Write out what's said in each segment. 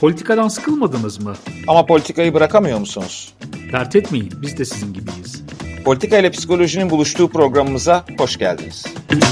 Politikadan sıkılmadınız mı? Ama politikayı bırakamıyor musunuz? Dert etmeyin, biz de sizin gibiyiz. Politika ile psikolojinin buluştuğu programımıza hoş geldiniz.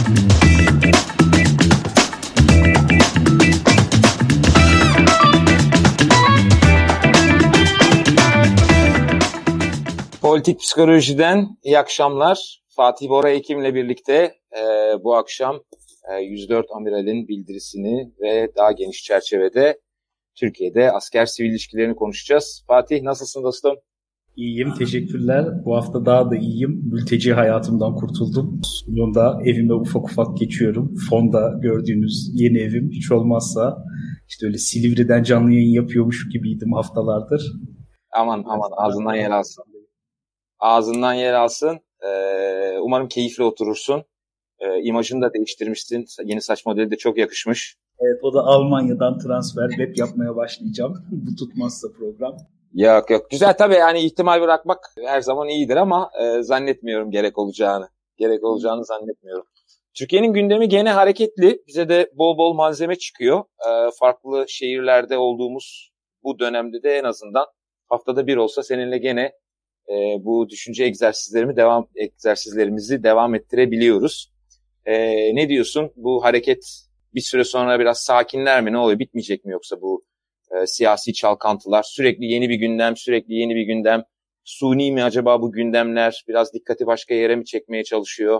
Politik psikolojiden iyi akşamlar. Fatih Bora Ekim'le birlikte bu akşam 104 Amiral'in bildirisini ve daha geniş çerçevede Türkiye'de asker-sivil ilişkilerini konuşacağız. Fatih, nasılsın dostum? İyiyim, teşekkürler. Bu hafta daha da iyiyim. Mülteci hayatımdan kurtuldum. Sonunda evime ufak ufak geçiyorum. Fonda gördüğünüz yeni evim. Hiç olmazsa işte öyle Silivri'den canlı yayın yapıyormuş gibiydim haftalardır. Aman ağzından yer alsın. Ağzından yer alsın. Umarım keyifle oturursun. İmajını da değiştirmişsin. Yeni saç modeli de çok yakışmış. Evet, o da Almanya'dan transfer web yapmaya başlayacağım. Bu tutmazsa program. Yok. Güzel tabii, yani ihtimal bırakmak her zaman iyidir ama zannetmiyorum gerek olacağını zannetmiyorum. Türkiye'nin gündemi gene hareketli. Bize de bol bol malzeme çıkıyor. Farklı şehirlerde olduğumuz bu dönemde de en azından haftada bir olsa seninle gene bu düşünce egzersizlerimizi devam ettirebiliyoruz. Ne diyorsun? Bu hareket bir süre sonra biraz sakinler mi? Ne oluyor? Bitmeyecek mi yoksa bu siyasi çalkantılar? Sürekli yeni bir gündem. Suni mi acaba bu gündemler? Biraz dikkati başka yere mi çekmeye çalışıyor?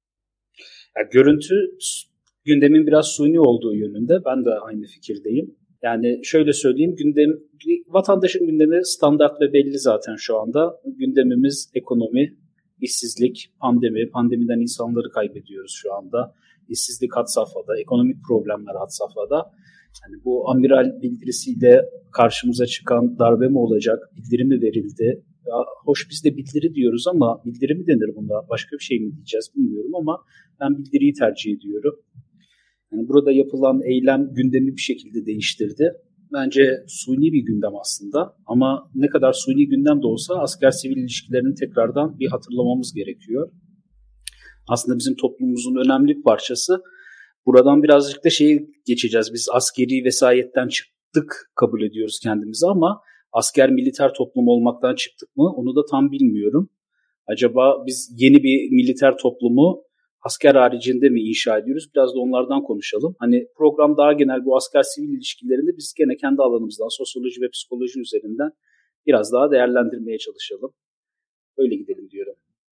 Ya, görüntü gündemin biraz suni olduğu yönünde. Ben de aynı fikirdeyim. Yani şöyle söyleyeyim, vatandaşın gündemi standart ve belli zaten şu anda. Gündemimiz ekonomi, işsizlik, pandemiden insanları kaybediyoruz şu anda. İşsizlik had safhada, ekonomik problemler had safhada. Yani bu amiral bildirisiyle karşımıza çıkan darbe mi olacak, bildiri mi verildi? Ya, hoş biz de bildiri diyoruz ama bildiri mi denir buna? Başka bir şey mi diyeceğiz bilmiyorum ama ben bildiriyi tercih ediyorum. Yani burada yapılan eylem gündemi bir şekilde değiştirdi. Bence suni bir gündem aslında ama ne kadar suni gündem de olsa asker-sivil ilişkilerini tekrardan bir hatırlamamız gerekiyor. Aslında bizim toplumumuzun önemli bir parçası. Buradan birazcık da geçeceğiz. Biz askeri vesayetten çıktık kabul ediyoruz kendimizi ama asker militer toplum olmaktan çıktık mı onu da tam bilmiyorum. Acaba biz yeni bir militer toplumu asker haricinde mi inşa ediyoruz? Biraz da onlardan konuşalım. Hani program daha genel bu asker-sivil ilişkilerinde biz gene kendi alanımızdan sosyoloji ve psikoloji üzerinden biraz daha değerlendirmeye çalışalım. Öyle gidelim diyorum.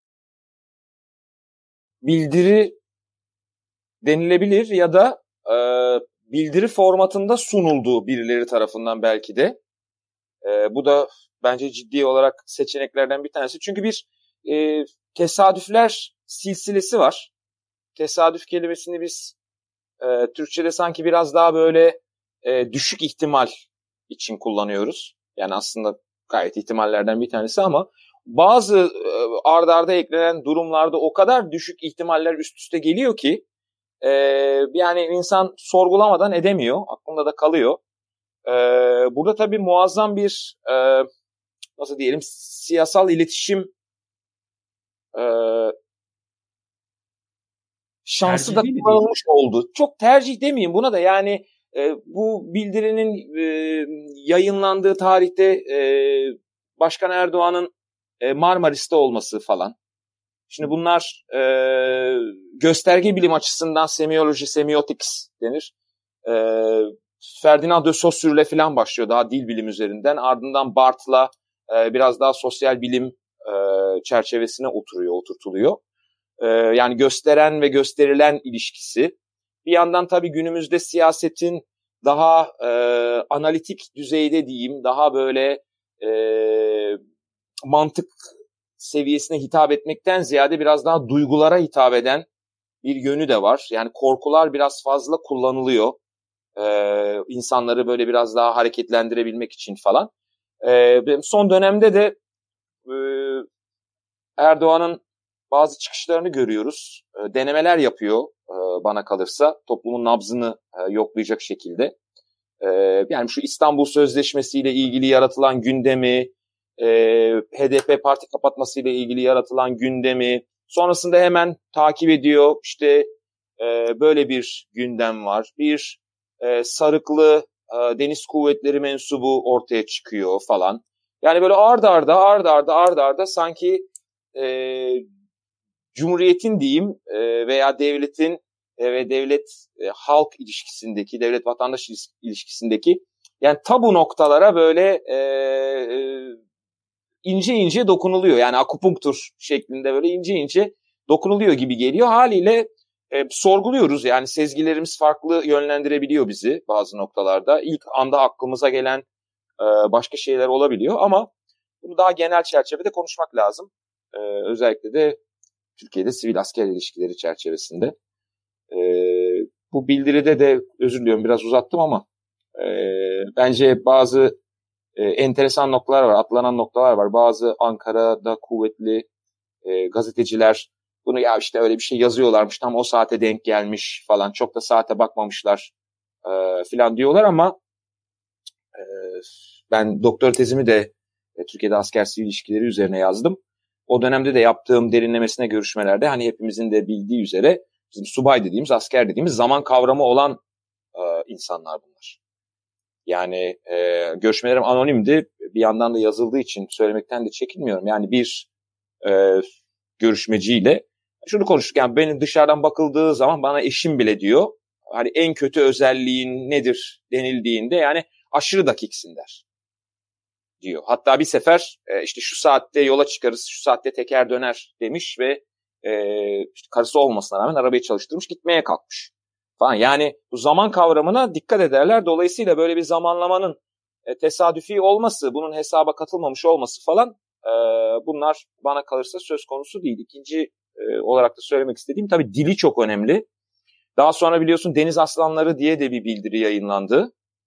Bildiri denilebilir ya da bildiri formatında sunulduğu birileri tarafından belki de. Bu da bence ciddi olarak seçeneklerden bir tanesi. Çünkü bir tesadüfler silsilesi var. Tesadüf kelimesini biz Türkçe'de sanki biraz daha böyle düşük ihtimal için kullanıyoruz. Yani aslında gayet ihtimallerden bir tanesi ama bazı ard arda eklenen durumlarda o kadar düşük ihtimaller üst üste geliyor ki yani insan sorgulamadan edemiyor. Aklında da kalıyor. Burada tabii muazzam bir nasıl diyelim siyasal iletişim şansı tercih da kullanılmış oldu. Çok tercih demeyeyim buna da, yani bu bildirinin yayınlandığı tarihte Başkan Erdoğan'ın Marmaris'te olması falan. Şimdi bunlar gösterge bilim açısından semiotics denir. Ferdinand de Saussure'le falan başlıyor daha dil bilim üzerinden. Ardından Barthes'la biraz daha sosyal bilim çerçevesine oturtuluyor. Yani gösteren ve gösterilen ilişkisi. Bir yandan tabii günümüzde siyasetin daha analitik düzeyde diyeyim, daha böyle mantık seviyesine hitap etmekten ziyade biraz daha duygulara hitap eden bir yönü de var. Yani korkular biraz fazla kullanılıyor. İnsanları böyle biraz daha hareketlendirebilmek için falan. Son dönemde de Erdoğan'ın bazı çıkışlarını görüyoruz. Denemeler yapıyor bana kalırsa. Toplumun nabzını yoklayacak şekilde. Yani şu İstanbul Sözleşmesi ile ilgili yaratılan gündemi, HDP parti kapatması ile ilgili yaratılan gündemi, sonrasında hemen takip ediyor. İşte böyle bir gündem var. Bir sarıklı Deniz Kuvvetleri mensubu ortaya çıkıyor falan. Yani böyle ard arda sanki Cumhuriyet'in diyeyim veya devletin ve devlet halk ilişkisindeki, devlet vatandaş ilişkisindeki yani tabu noktalara böyle ince ince dokunuluyor. Yani akupunktur şeklinde böyle ince ince dokunuluyor gibi geliyor. Haliyle sorguluyoruz. Yani sezgilerimiz farklı yönlendirebiliyor bizi bazı noktalarda. İlk anda aklımıza gelen başka şeyler olabiliyor ama bunu daha genel çerçevede konuşmak lazım. Özellikle de Türkiye'de sivil asker ilişkileri çerçevesinde. Bu bildiride de özür diliyorum biraz uzattım ama bence bazı enteresan noktalar var, atlanan noktalar var. Bazı Ankara'da kuvvetli gazeteciler bunu ya işte öyle bir şey yazıyorlarmış, tam o saate denk gelmiş falan, çok da saate bakmamışlar falan diyorlar ama ben doktora tezimi de Türkiye'de asker sivil ilişkileri üzerine yazdım. O dönemde de yaptığım derinlemesine görüşmelerde hani hepimizin de bildiği üzere bizim subay dediğimiz, asker dediğimiz zaman kavramı olan insanlar bunlar. Yani görüşmelerim anonimdi. Bir yandan da yazıldığı için söylemekten de çekinmiyorum. Yani bir görüşmeciyle şunu konuştuk. Yani benim dışarıdan bakıldığı zaman bana eşim bile diyor. Hani en kötü özelliğin nedir denildiğinde yani aşırı dakiksin der diyor. Hatta bir sefer işte şu saatte yola çıkarız, şu saatte teker döner demiş ve işte karısı olmasına rağmen arabayı çalıştırmış, gitmeye kalkmış falan. Yani bu zaman kavramına dikkat ederler. Dolayısıyla böyle bir zamanlamanın tesadüfi olması, bunun hesaba katılmamış olması falan bunlar bana kalırsa söz konusu değil. İkinci olarak da söylemek istediğim tabii dili çok önemli. Daha sonra biliyorsun Deniz Aslanları diye de bir bildiri yayınlandı.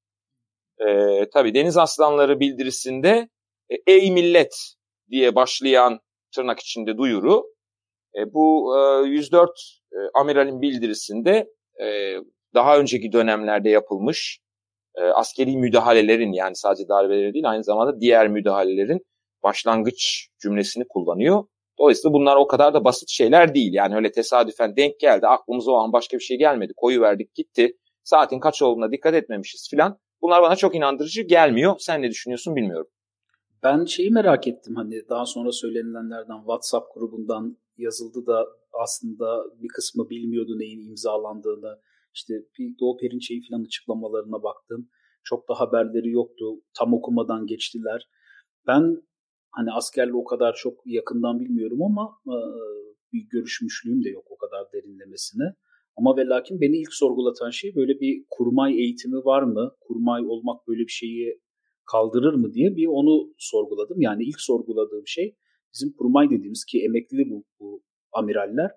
Tabii Deniz Aslanları bildirisinde ey millet diye başlayan tırnak içinde duyuru. Bu 104 amiralin bildirisinde daha önceki dönemlerde yapılmış askeri müdahalelerin, yani sadece darbeleri değil aynı zamanda diğer müdahalelerin başlangıç cümlesini kullanıyor. Dolayısıyla bunlar o kadar da basit şeyler değil. Yani öyle tesadüfen denk geldi, aklımıza o an başka bir şey gelmedi, koyuverdik gitti, saatin kaç olduğuna dikkat etmemişiz filan. Bunlar bana çok inandırıcı gelmiyor. Sen ne düşünüyorsun bilmiyorum. Ben şeyi merak ettim, hani daha sonra söylenilenlerden WhatsApp grubundan yazıldı da aslında bir kısmı bilmiyordu neyin imzalandığını. İşte bir Doğu Perinçek'in falan açıklamalarına baktım. Çok da haberleri yoktu. Tam okumadan geçtiler. Ben hani askerle o kadar çok yakından bilmiyorum ama bir görüşmüşlüğüm de yok o kadar derinlemesine. Ama ve lakin beni ilk sorgulatan şey böyle bir kurmay eğitimi var mı? Kurmay olmak böyle bir şeyi kaldırır mı diye bir onu sorguladım. Yani ilk sorguladığım şey bizim kurmay dediğimiz ki emekli bu amiraller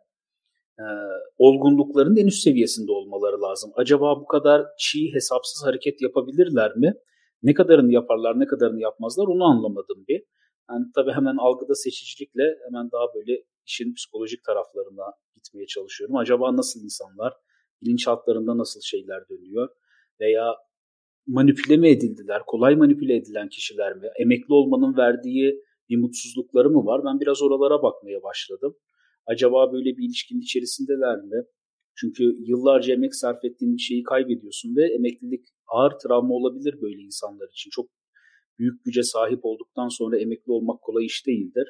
olgunluklarının en üst seviyesinde olmaları lazım. Acaba bu kadar çiğ hesapsız hareket yapabilirler mi? Ne kadarını yaparlar, ne kadarını yapmazlar onu anlamadım bir. Yani tabii hemen algıda seçicilikle hemen daha böyle işin psikolojik taraflarına gitmeye çalışıyorum. Acaba nasıl insanlar, bilinçaltlarında nasıl şeyler dönüyor veya manipüle mi edildiler, kolay manipüle edilen kişiler mi, emekli olmanın verdiği bir mutsuzlukları mı var? Ben biraz oralara bakmaya başladım. Acaba böyle bir ilişkinin içerisindeler mi? Çünkü yıllarca emek sarf ettiğin bir şeyi kaybediyorsun ve emeklilik ağır travma olabilir böyle insanlar için. Çok büyük güce sahip olduktan sonra emekli olmak kolay iş değildir.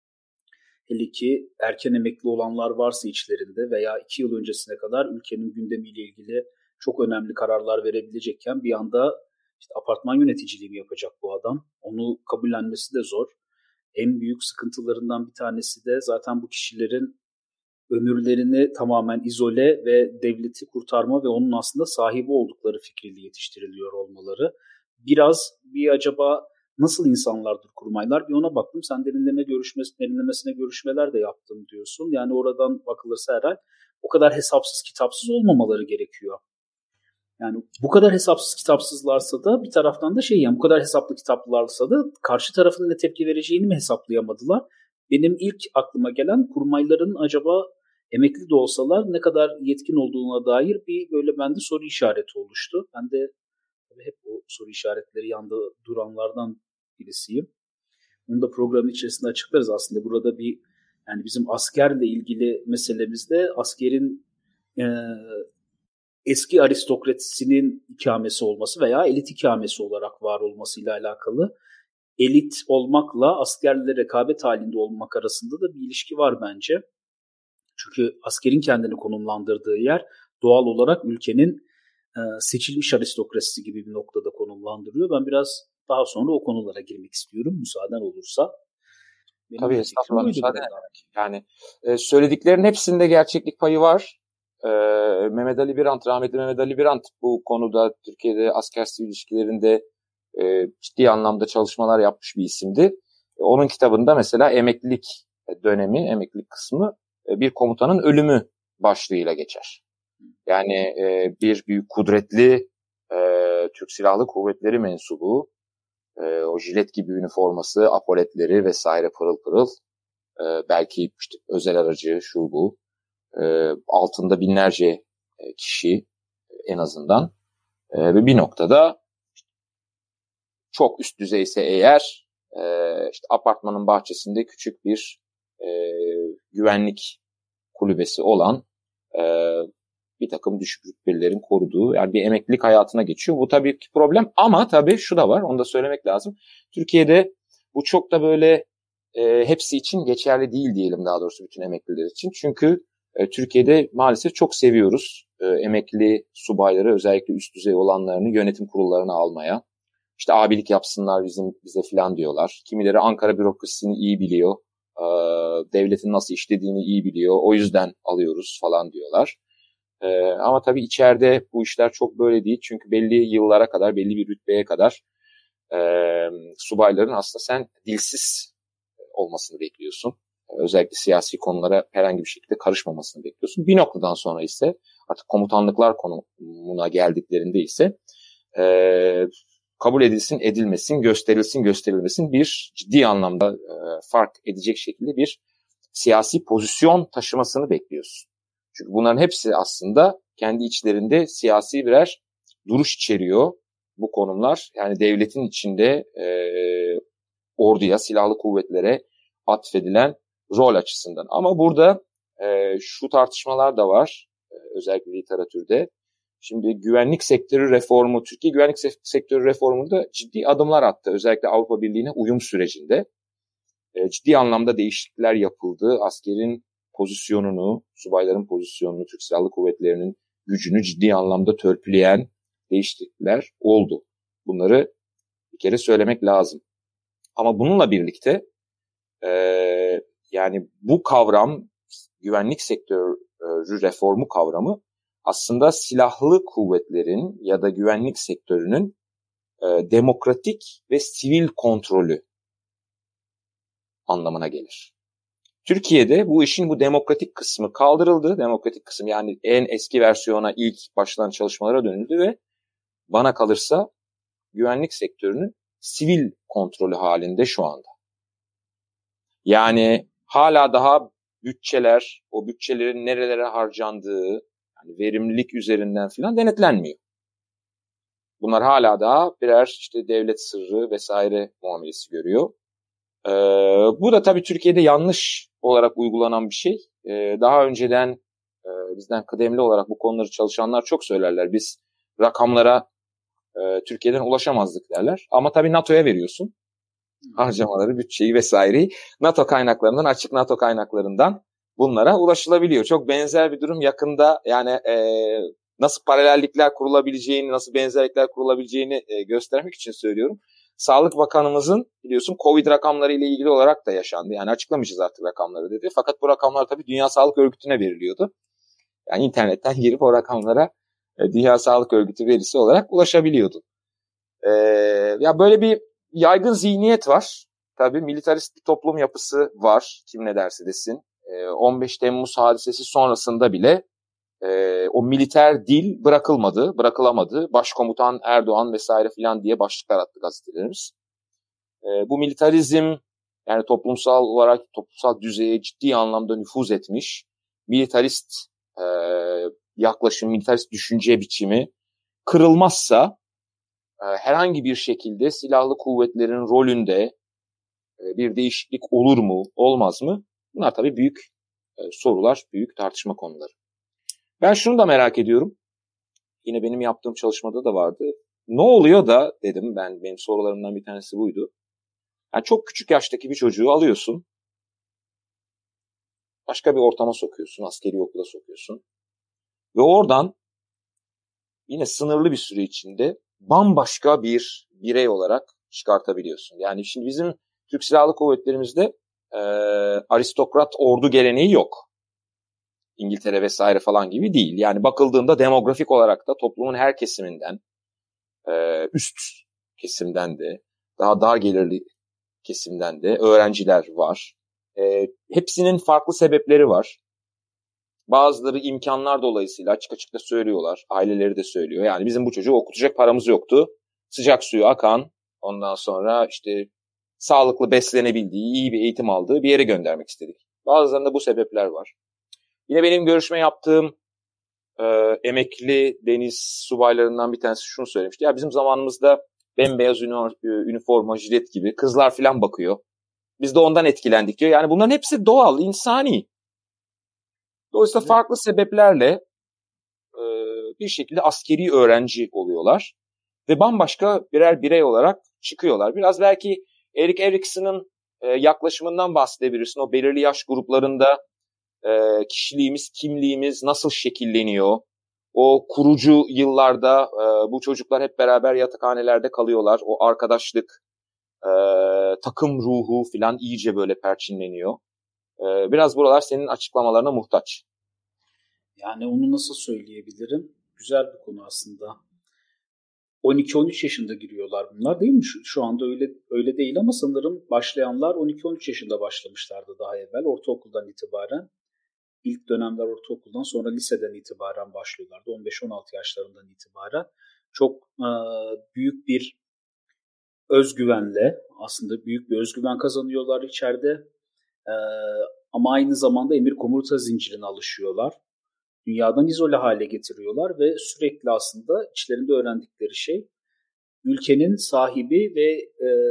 Hele ki erken emekli olanlar varsa içlerinde veya 2 yıl öncesine kadar ülkenin gündemiyle ilgili çok önemli kararlar verebilecekken bir anda işte apartman yöneticiliği mi yapacak bu adam? Onu kabullenmesi de zor. En büyük sıkıntılarından bir tanesi de zaten bu kişilerin ömürlerini tamamen izole ve devleti kurtarma ve onun aslında sahibi oldukları fikriyle yetiştiriliyor olmaları. Biraz bir acaba nasıl insanlardır kurmaylar? Bir ona baktım. Sen derinlemesine görüşmeler de yaptım diyorsun. Yani oradan bakılırsa herhalde o kadar hesapsız kitapsız olmamaları gerekiyor. Yani bu kadar hesapsız kitapsızlarsa da bir taraftan da yani bu kadar hesaplı kitaplılarsa da karşı tarafın ne tepki vereceğini mi hesaplayamadılar? Benim ilk aklıma gelen kurmayların acaba emekli de olsalar ne kadar yetkin olduğuna dair bir böyle bende soru işareti oluştu. Ben de hep o soru işaretleri yanında duranlardan birisiyim. Bunu da programın içerisinde açıklarız aslında. Burada bir yani bizim askerle ilgili meselemizde askerin eski aristokrasinin ikamesi olması veya elit ikamesi olarak var olmasıyla alakalı. Elit olmakla askerle rekabet halinde olmak arasında da bir ilişki var bence. Çünkü askerin kendini konumlandırdığı yer doğal olarak ülkenin seçilmiş aristokrasisi gibi bir noktada konumlandırıyor. Ben biraz daha sonra o konulara girmek istiyorum müsaaden olursa. Benim tabii estağfurullah müsaade ederek. Yani söylediklerin hepsinde gerçeklik payı var. Rahmetli Mehmet Ali Birant bu konuda Türkiye'de asker-sivil ilişkilerinde ciddi anlamda çalışmalar yapmış bir isimdi. Onun kitabında mesela emeklilik dönemi, emeklilik kısmı bir komutanın ölümü başlığıyla geçer. Yani bir büyük kudretli Türk Silahlı Kuvvetleri mensubu, o jilet gibi üniforması, apoletleri vesaire pırıl pırıl, belki işte özel aracı şu bu, altında binlerce kişi en azından ve bir noktada çok üst düzeyse eğer işte apartmanın bahçesinde küçük bir güvenlik kulübesi olan bir takım düşük rütbelilerin koruduğu yani bir emeklilik hayatına geçiyor. Bu tabii ki problem ama tabii şu da var, onu da söylemek lazım. Türkiye'de bu çok da böyle hepsi için geçerli değil diyelim, daha doğrusu bütün emekliler için. Çünkü Türkiye'de maalesef çok seviyoruz emekli subayları, özellikle üst düzey olanlarını yönetim kurullarına almaya. İşte abilik yapsınlar bize falan diyorlar. Kimileri Ankara bürokrasisini iyi biliyor, devletin nasıl işlediğini iyi biliyor, o yüzden alıyoruz falan diyorlar. Ama tabii içeride bu işler çok böyle değil. Çünkü belli yıllara kadar, belli bir rütbeye kadar subayların aslında sen dilsiz olmasını bekliyorsun. Özellikle siyasi konulara herhangi bir şekilde karışmamasını bekliyorsun. Bir noktadan sonra ise artık komutanlıklar konumuna geldiklerinde ise kabul edilsin, edilmesin, gösterilsin, gösterilmesin bir ciddi anlamda fark edecek şekilde bir siyasi pozisyon taşımasını bekliyorsun. Çünkü bunların hepsi aslında kendi içlerinde siyasi birer duruş içeriyor bu konumlar. Yani devletin içinde orduya, silahlı kuvvetlere atfedilen rol açısından. Ama burada şu tartışmalar da var, özellikle literatürde. Şimdi güvenlik sektörü reformu, Türkiye güvenlik sektörü reformunda ciddi adımlar attı. Özellikle Avrupa Birliği'ne uyum sürecinde. Ciddi anlamda değişiklikler yapıldı. Askerin pozisyonunu, subayların pozisyonunu, Türk Silahlı Kuvvetleri'nin gücünü ciddi anlamda törpüleyen değişiklikler oldu. Bunları bir kere söylemek lazım. Ama bununla birlikte yani bu kavram, güvenlik sektörü reformu kavramı aslında silahlı kuvvetlerin ya da güvenlik sektörünün demokratik ve sivil kontrolü anlamına gelir. Türkiye'de bu işin bu demokratik kısmı kaldırıldı. Demokratik kısım yani en eski versiyona, ilk başlanan çalışmalara dönüldü ve bana kalırsa güvenlik sektörünün sivil kontrolü halinde şu anda. Yani hala daha bütçeler, o bütçelerin nerelere harcandığı, yani verimlilik üzerinden filan denetlenmiyor. Bunlar hala daha birer işte devlet sırrı vesaire muamelesi görüyor. Bu da tabii Türkiye'de yanlış olarak uygulanan bir şey. Daha önceden bizden kıdemli olarak bu konuları çalışanlar çok söylerler. Biz rakamlara Türkiye'den ulaşamazdık derler. Ama tabii NATO'ya veriyorsun harcamaları, bütçeyi vesaireyi. NATO kaynaklarından, açık NATO kaynaklarından bunlara ulaşılabiliyor. Çok benzer bir durum yakında, yani nasıl paralellikler kurulabileceğini, nasıl benzerlikler kurulabileceğini göstermek için söylüyorum. Sağlık Bakanımızın biliyorsun Covid rakamları ile ilgili olarak da yaşandı. Yani açıklamayacağız artık rakamları dedi. Fakat bu rakamlar tabii Dünya Sağlık Örgütü'ne veriliyordu. Yani internetten girip o rakamlara Dünya Sağlık Örgütü verisi olarak ulaşabiliyordu. Ya böyle bir yaygın zihniyet var. Tabii militarist bir toplum yapısı var. Kim ne derse desin. 15 Temmuz hadisesi sonrasında bile o militer dil bırakılamadı. Başkomutan Erdoğan vesaire filan diye başlıklar attı gazetelerimiz. Bu militarizm yani toplumsal olarak toplumsal düzeye ciddi anlamda nüfuz etmiş. Militarist yaklaşım, militarist düşünce biçimi kırılmazsa herhangi bir şekilde silahlı kuvvetlerin rolünde bir değişiklik olur mu, olmaz mı? Bunlar tabii büyük sorular, büyük tartışma konuları. Ben şunu da merak ediyorum. yine benim yaptığım çalışmada da vardı. Ne oluyor da dedim benim sorularımdan bir tanesi buydu. Yani çok küçük yaştaki bir çocuğu alıyorsun. Başka bir ortama sokuyorsun, askeri okula sokuyorsun. Ve oradan yine sınırlı bir süre içinde bambaşka bir birey olarak çıkartabiliyorsun. Yani şimdi bizim Türk Silahlı Kuvvetlerimizde aristokrat ordu geleneği yok. İngiltere vesaire falan gibi değil. Yani bakıldığında demografik olarak da toplumun her kesiminden, üst kesimden de, daha dar gelirli kesimden de öğrenciler var. Hepsinin farklı sebepleri var. Bazıları imkanlar dolayısıyla açık açık da söylüyorlar. Aileleri de söylüyor. Yani bizim bu çocuğu okutacak paramız yoktu. Sıcak suyu akan, ondan sonra işte sağlıklı beslenebildiği, iyi bir eğitim aldığı bir yere göndermek istedik. Bazılarında bu sebepler var. Yine benim görüşme yaptığım emekli deniz subaylarından bir tanesi şunu söylemişti. Ya bizim zamanımızda bembeyaz üniforma, jilet gibi kızlar falan bakıyor. Biz de ondan etkilendik diyor. Yani bunların hepsi doğal, insani. Dolayısıyla farklı sebeplerle bir şekilde askeri öğrenci oluyorlar. Ve bambaşka birer birey olarak çıkıyorlar. Biraz belki Erik Erikson'un yaklaşımından bahsedebilirsin. O belirli yaş gruplarında kişiliğimiz, kimliğimiz nasıl şekilleniyor? O kurucu yıllarda bu çocuklar hep beraber yatakhanelerde kalıyorlar. O arkadaşlık, takım ruhu falan iyice böyle perçinleniyor. Biraz buralar senin açıklamalarına muhtaç. Yani onu nasıl söyleyebilirim? Güzel bir konu aslında. 12-13 yaşında giriyorlar bunlar değil mi? Şu anda öyle değil ama sanırım başlayanlar 12-13 yaşında başlamışlardı daha evvel. Ortaokuldan itibaren. İlk dönemler ortaokuldan, sonra liseden itibaren başlıyorlardı. 15-16 yaşlarından itibaren. Çok büyük bir özgüvenle, aslında büyük bir özgüven kazanıyorlar içeride. Ama aynı zamanda emir komuta zincirine alışıyorlar. Dünyadan izole hale getiriyorlar ve sürekli aslında içlerinde öğrendikleri şey ülkenin sahibi ve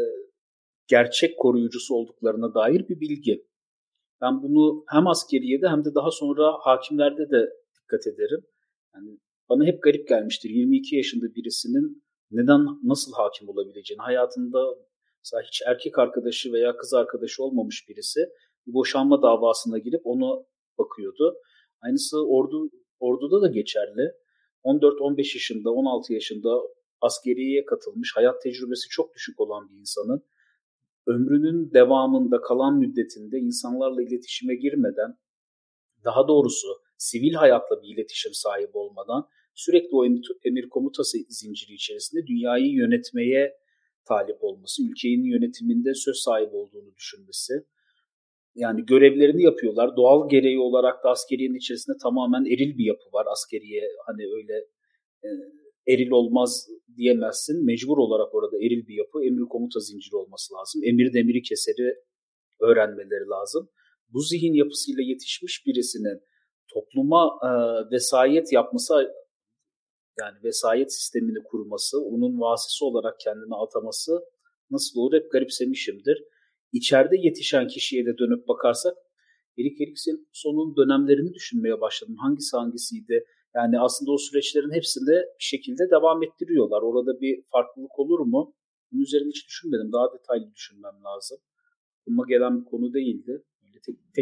gerçek koruyucusu olduklarına dair bir bilgi. Ben bunu hem askeriyede hem de daha sonra hakimlerde de dikkat ederim. Yani bana hep garip gelmiştir. 22 yaşında birisinin neden, nasıl hakim olabileceğini, hayatında mesela hiç erkek arkadaşı veya kız arkadaşı olmamış birisi bir boşanma davasına girip onu bakıyordu. Aynısı orduda da geçerli. 14-15 yaşında, 16 yaşında askeriyeye katılmış, hayat tecrübesi çok düşük olan bir insanın ömrünün devamında, kalan müddetinde insanlarla iletişime girmeden, daha doğrusu sivil hayatla bir iletişim sahibi olmadan sürekli o emir komuta zinciri içerisinde dünyayı yönetmeye talip olması, ülkenin yönetiminde söz sahibi olduğunu düşünmesi. Yani görevlerini yapıyorlar. Doğal gereği olarak da askeriyenin içerisinde tamamen eril bir yapı var. Askeriye hani öyle eril olmaz diyemezsin. Mecbur olarak orada eril bir yapı, emir komuta zinciri olması lazım. Emir demiri keseri öğrenmeleri lazım. Bu zihin yapısıyla yetişmiş birisinin topluma vesayet yapması, yani vesayet sistemini kurması, onun vasisi olarak kendini ataması nasıl olur hep garipsemişimdir. İçeride yetişen kişiye de dönüp bakarsak Erik Erikson'un dönemlerini düşünmeye başladım. Hangisiydi? Yani aslında o süreçlerin hepsinde bir şekilde devam ettiriyorlar. Orada bir farklılık olur mu? Bunun üzerine hiç düşünmedim. Daha detaylı düşünmem lazım. Aklıma gelen bir konu değildi. Öyle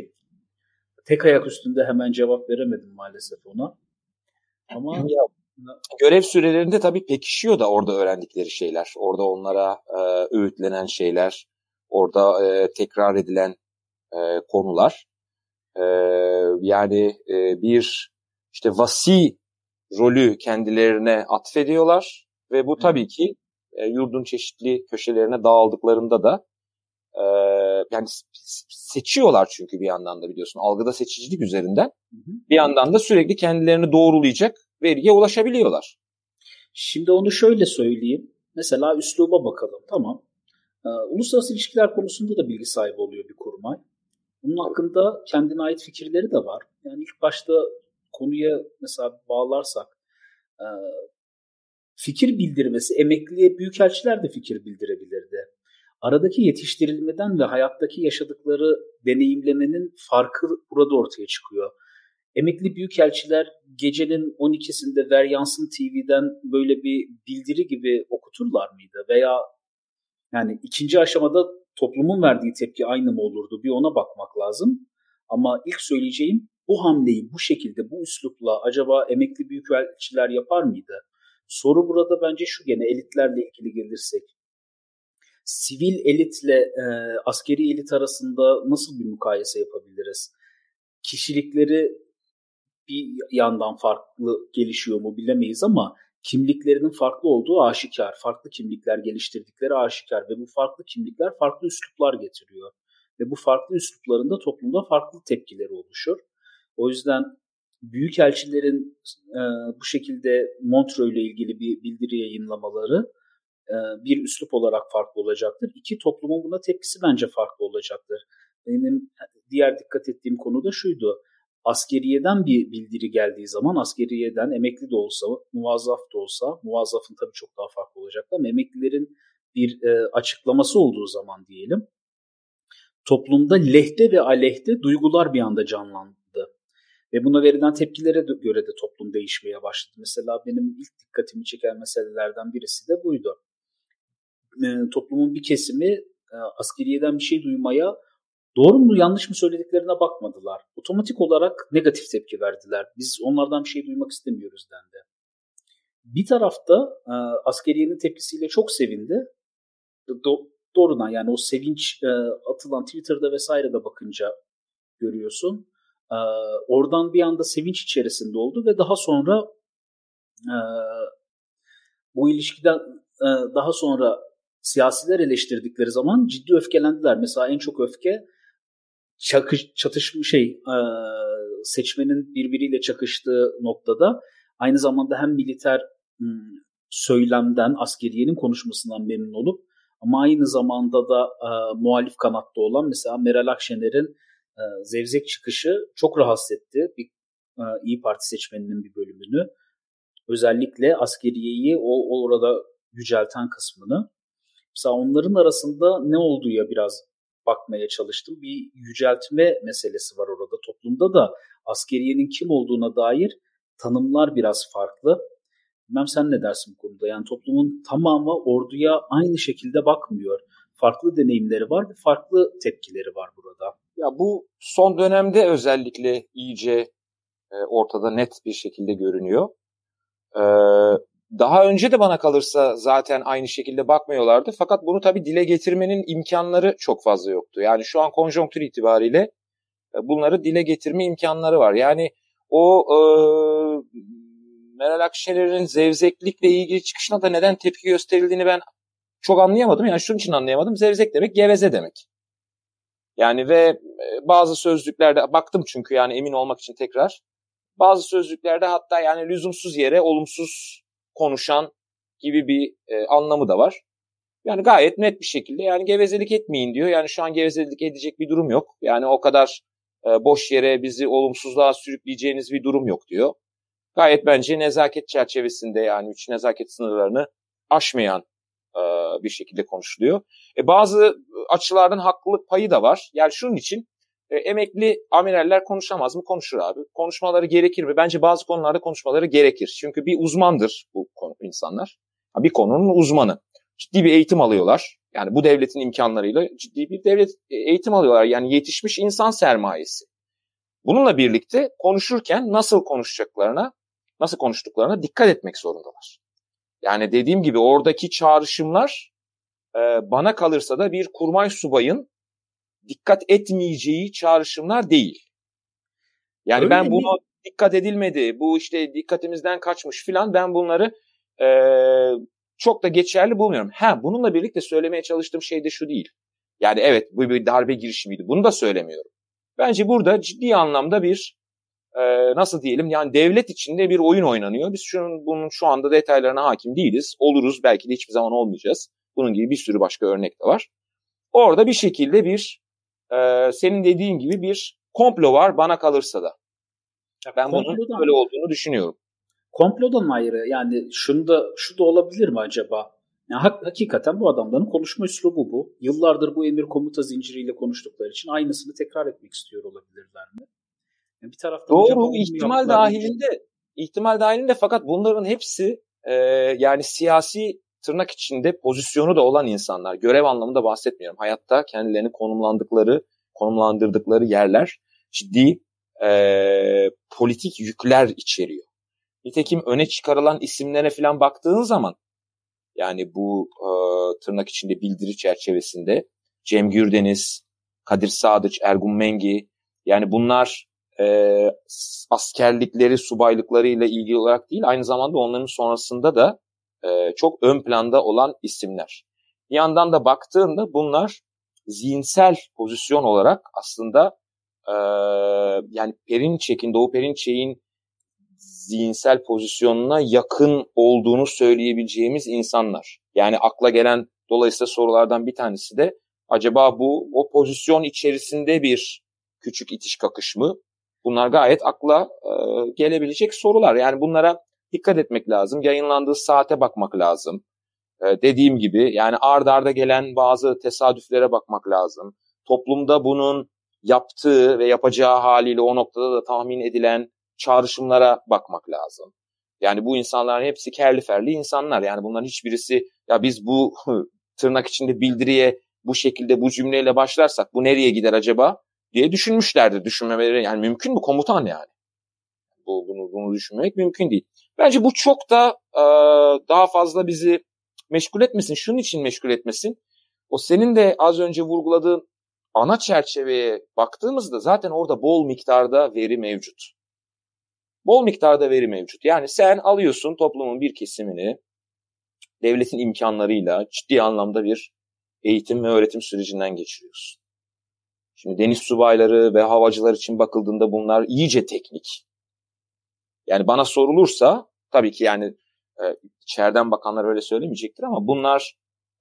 tek ayak üstünde hemen cevap veremedim maalesef ona. Ama görev sürelerinde tabii pekişiyor da orada öğrendikleri şeyler. Orada onlara öğütlenen şeyler. Orada tekrar edilen konular. Yani bir işte vasi rolü kendilerine atfediyorlar ve bu tabii ki yurdun çeşitli köşelerine dağıldıklarında da yani seçiyorlar çünkü bir yandan da biliyorsun algıda seçicilik üzerinden bir yandan da sürekli kendilerini doğrulayacak veriye ulaşabiliyorlar. Şimdi onu şöyle söyleyeyim. Mesela üsluba bakalım. Tamam. Uluslararası ilişkiler konusunda da bilgi sahibi oluyor bir kurmay. Bunun hakkında kendine ait fikirleri de var. Yani ilk başta konuya mesela bağlarsak fikir bildirmesi, emekliye büyükelçiler de fikir bildirebilirdi. Aradaki yetiştirilmeden ve hayattaki yaşadıkları deneyimlemenin farkı burada ortaya çıkıyor. emekli büyükelçiler gecenin 12'sinde Veryansın TV'den böyle bir bildiri gibi okuturlar mıydı? Veya yani ikinci aşamada toplumun verdiği tepki aynı mı olurdu? Bir ona bakmak lazım. Ama ilk söyleyeceğim, bu hamleyi bu şekilde, bu üslupla acaba emekli büyükelçiler yapar mıydı? Soru burada bence şu, gene elitlerle ilgili gelirsek. Sivil elitle askeri elit arasında nasıl bir mukayese yapabiliriz? Kişilikleri bir yandan farklı gelişiyor mu bilemeyiz ama kimliklerinin farklı olduğu aşikar. Farklı kimlikler geliştirdikleri aşikar ve bu farklı kimlikler farklı üsluplar getiriyor. Ve bu farklı üslupların da toplumda farklı tepkileri oluşur. O yüzden büyükelçilerin bu şekilde Montreux ile ilgili bir bildiri yayınlamaları bir üslup olarak farklı olacaktır. İki, toplumun buna tepkisi bence farklı olacaktır. Benim diğer dikkat ettiğim konu da şuydu. Askeriyeden bir bildiri geldiği zaman, askeriyeden emekli de olsa, muvazzaf da olsa, muvazzafın tabii çok daha farklı olacaktı ama emeklilerin bir açıklaması olduğu zaman diyelim, toplumda lehte ve aleyhte duygular bir anda canlandı. Ve buna verilen tepkilere göre de toplum değişmeye başladı. Mesela benim ilk dikkatimi çeken meselelerden birisi de buydu. Toplumun bir kesimi askeriyeden bir şey duymaya doğru mu yanlış mı söylediklerine bakmadılar. Otomatik olarak negatif tepki verdiler. Biz onlardan bir şey duymak istemiyoruz dendi. Bir tarafta askeriyenin tepkisiyle çok sevindi. Doğrudan yani o sevinç atılan Twitter'da vesairede bakınca görüyorsun. Oradan bir anda sevinç içerisinde oldu ve daha sonra bu ilişkiden daha sonra siyasiler eleştirdikleri zaman ciddi öfkelendiler. Mesela en çok öfke seçmenin birbiriyle çakıştığı noktada aynı zamanda hem militer söylemden, askeriyenin konuşmasından memnun olup ama aynı zamanda da muhalif kanatta olan mesela Meral Akşener'in zevzek çıkışı çok rahatsız etti bir İYİ Parti seçmeninin bir bölümünü. Özellikle askeriyeyi orada yücelten kısmını. Mesela onların arasında ne olduğuya biraz bakmaya çalıştım. Bir yüceltme meselesi var orada. Toplumda da askeriyenin kim olduğuna dair tanımlar biraz farklı. Bilmem sen ne dersin bu konuda? Yani toplumun tamamı orduya aynı şekilde bakmıyor. Farklı deneyimleri var ve farklı tepkileri var burada. Ya bu son dönemde özellikle iyice ortada net bir şekilde görünüyor. Daha önce de bana kalırsa zaten aynı şekilde bakmıyorlardı. Fakat bunu tabii dile getirmenin imkanları çok fazla yoktu. Yani şu an konjonktür itibariyle bunları dile getirme imkanları var. Yani o Meral Akşener'in zevzeklikle ilgili çıkışına da neden tepki gösterildiğini ben çok anlayamadım. Yani şunun için anlayamadım. Zevzek demek geveze demek. Yani ve bazı sözlüklerde baktım çünkü yani emin olmak için tekrar. Bazı sözlüklerde hatta yani lüzumsuz yere olumsuz konuşan gibi bir anlamı da var. Yani gayet net bir şekilde yani gevezelik etmeyin diyor. Yani şu an gevezelik edecek bir durum yok. Yani o kadar boş yere bizi olumsuzluğa sürükleyeceğiniz bir durum yok diyor. Gayet bence nezaket çerçevesinde yani 3 nezaket sınırlarını aşmayan bir şekilde konuşuluyor. Bazı açılardan haklılık payı da var. Yani şunun için emekli amiraller konuşamaz mı? Konuşur abi. Konuşmaları gerekir mi? Bence bazı konularda konuşmaları gerekir. Çünkü bir uzmandır bu insanlar. Bir konunun uzmanı. Ciddi bir eğitim alıyorlar. Yani bu devletin imkanlarıyla ciddi bir devlet eğitim alıyorlar. Yani yetişmiş insan sermayesi. Bununla birlikte konuşurken nasıl konuştuklarına dikkat etmek zorundalar. Yani dediğim gibi oradaki çağrışımlar bana kalırsa da bir kurmay subayın dikkat etmeyeceği çağrışımlar değil. Yani öyle ben bunu dikkat edilmedi, bu işte dikkatimizden kaçmış filan ben bunları çok da geçerli bulmuyorum. Bununla birlikte söylemeye çalıştığım şey de şu değil. Yani evet bu bir darbe girişimiydi. Bunu da söylemiyorum. Bence burada ciddi anlamda bir nasıl diyelim yani devlet içinde bir oyun oynanıyor. Biz bunun şu anda detaylarına hakim değiliz. Oluruz belki de hiçbir zaman olmayacağız. Bunun gibi bir sürü başka örnek de var. Orada bir şekilde bir senin dediğin gibi bir komplo var bana kalırsa da. Ben bunun böyle olduğunu düşünüyorum. Komplodan ayrı yani şu da olabilir mi acaba? Yani hakikaten bu adamların konuşma üslubu bu. Yıllardır bu emir komuta zinciriyle konuştukları için aynısını tekrar etmek istiyor olabilirler mi? Yani bir taraftan doğru, ihtimal dahilinde fakat bunların hepsi yani siyasi tırnak içinde pozisyonu da olan insanlar. Görev anlamında bahsetmiyorum. Hayatta kendilerini konumlandırdıkları yerler ciddi politik yükler içeriyor. Nitekim öne çıkarılan isimlere falan baktığın zaman yani bu tırnak içinde bildiri çerçevesinde Cem Gürdeniz, Kadir Sadıç, Ergun Mengi, yani bunlar askerlikleri, subaylıklarıyla ilgili olarak değil, aynı zamanda onların sonrasında da çok ön planda olan isimler. Bir yandan da baktığında bunlar zihinsel pozisyon olarak aslında yani Doğu Perinçek'in zihinsel pozisyonuna yakın olduğunu söyleyebileceğimiz insanlar. Yani akla gelen dolayısıyla sorulardan bir tanesi de acaba o pozisyon içerisinde bir küçük itiş kakış mı? Bunlar gayet akla gelebilecek sorular. Yani bunlara dikkat etmek lazım. Yayınlandığı saate bakmak lazım. Dediğim gibi yani ard arda gelen bazı tesadüflere bakmak lazım. Toplumda bunun yaptığı ve yapacağı haliyle o noktada da tahmin edilen çağrışımlara bakmak lazım. Yani bu insanların hepsi kerli ferli insanlar. Yani bunların hiçbirisi ya biz bu tırnak içinde bildiriye bu şekilde bu cümleyle başlarsak bu nereye gider acaba diye düşünmüşlerdir. Düşünmemeleri yani mümkün mü komutan yani? Bunu düşünmek mümkün değil. Bence bu çok da daha fazla bizi meşgul etmesin. Şunun için meşgul etmesin. O senin de az önce vurguladığın ana çerçeveye baktığımızda zaten orada bol miktarda veri mevcut. Bol miktarda veri mevcut. Yani sen alıyorsun toplumun bir kesimini devletin imkanlarıyla ciddi anlamda bir eğitim ve öğretim sürecinden geçiriyorsun. Şimdi deniz subayları ve havacılar için bakıldığında bunlar iyice teknik. Yani bana sorulursa tabii ki yani içeriden bakanlar öyle söylemeyecektir ama bunlar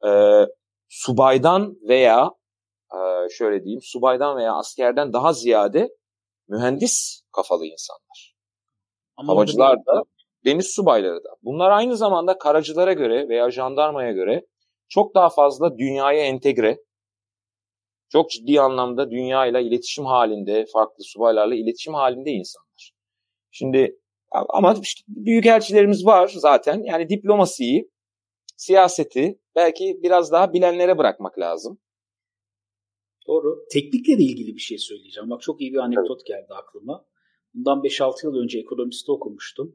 subaydan veya şöyle diyeyim subaydan veya askerden daha ziyade mühendis kafalı insanlar. Ama havacılar da deniz subayları da. Bunlar aynı zamanda karacılara göre veya jandarmaya göre çok daha fazla dünyaya entegre, çok ciddi anlamda dünyayla iletişim halinde, farklı subaylarla iletişim halinde insanlar. Şimdi ama işte büyükelçilerimiz var zaten. Yani diplomasiyi, siyaseti belki biraz daha bilenlere bırakmak lazım. Doğru. Teknikle de ilgili bir şey söyleyeceğim. Bak çok iyi bir anekdot geldi aklıma. Bundan 5-6 yıl önce ekonomiste okumuştum.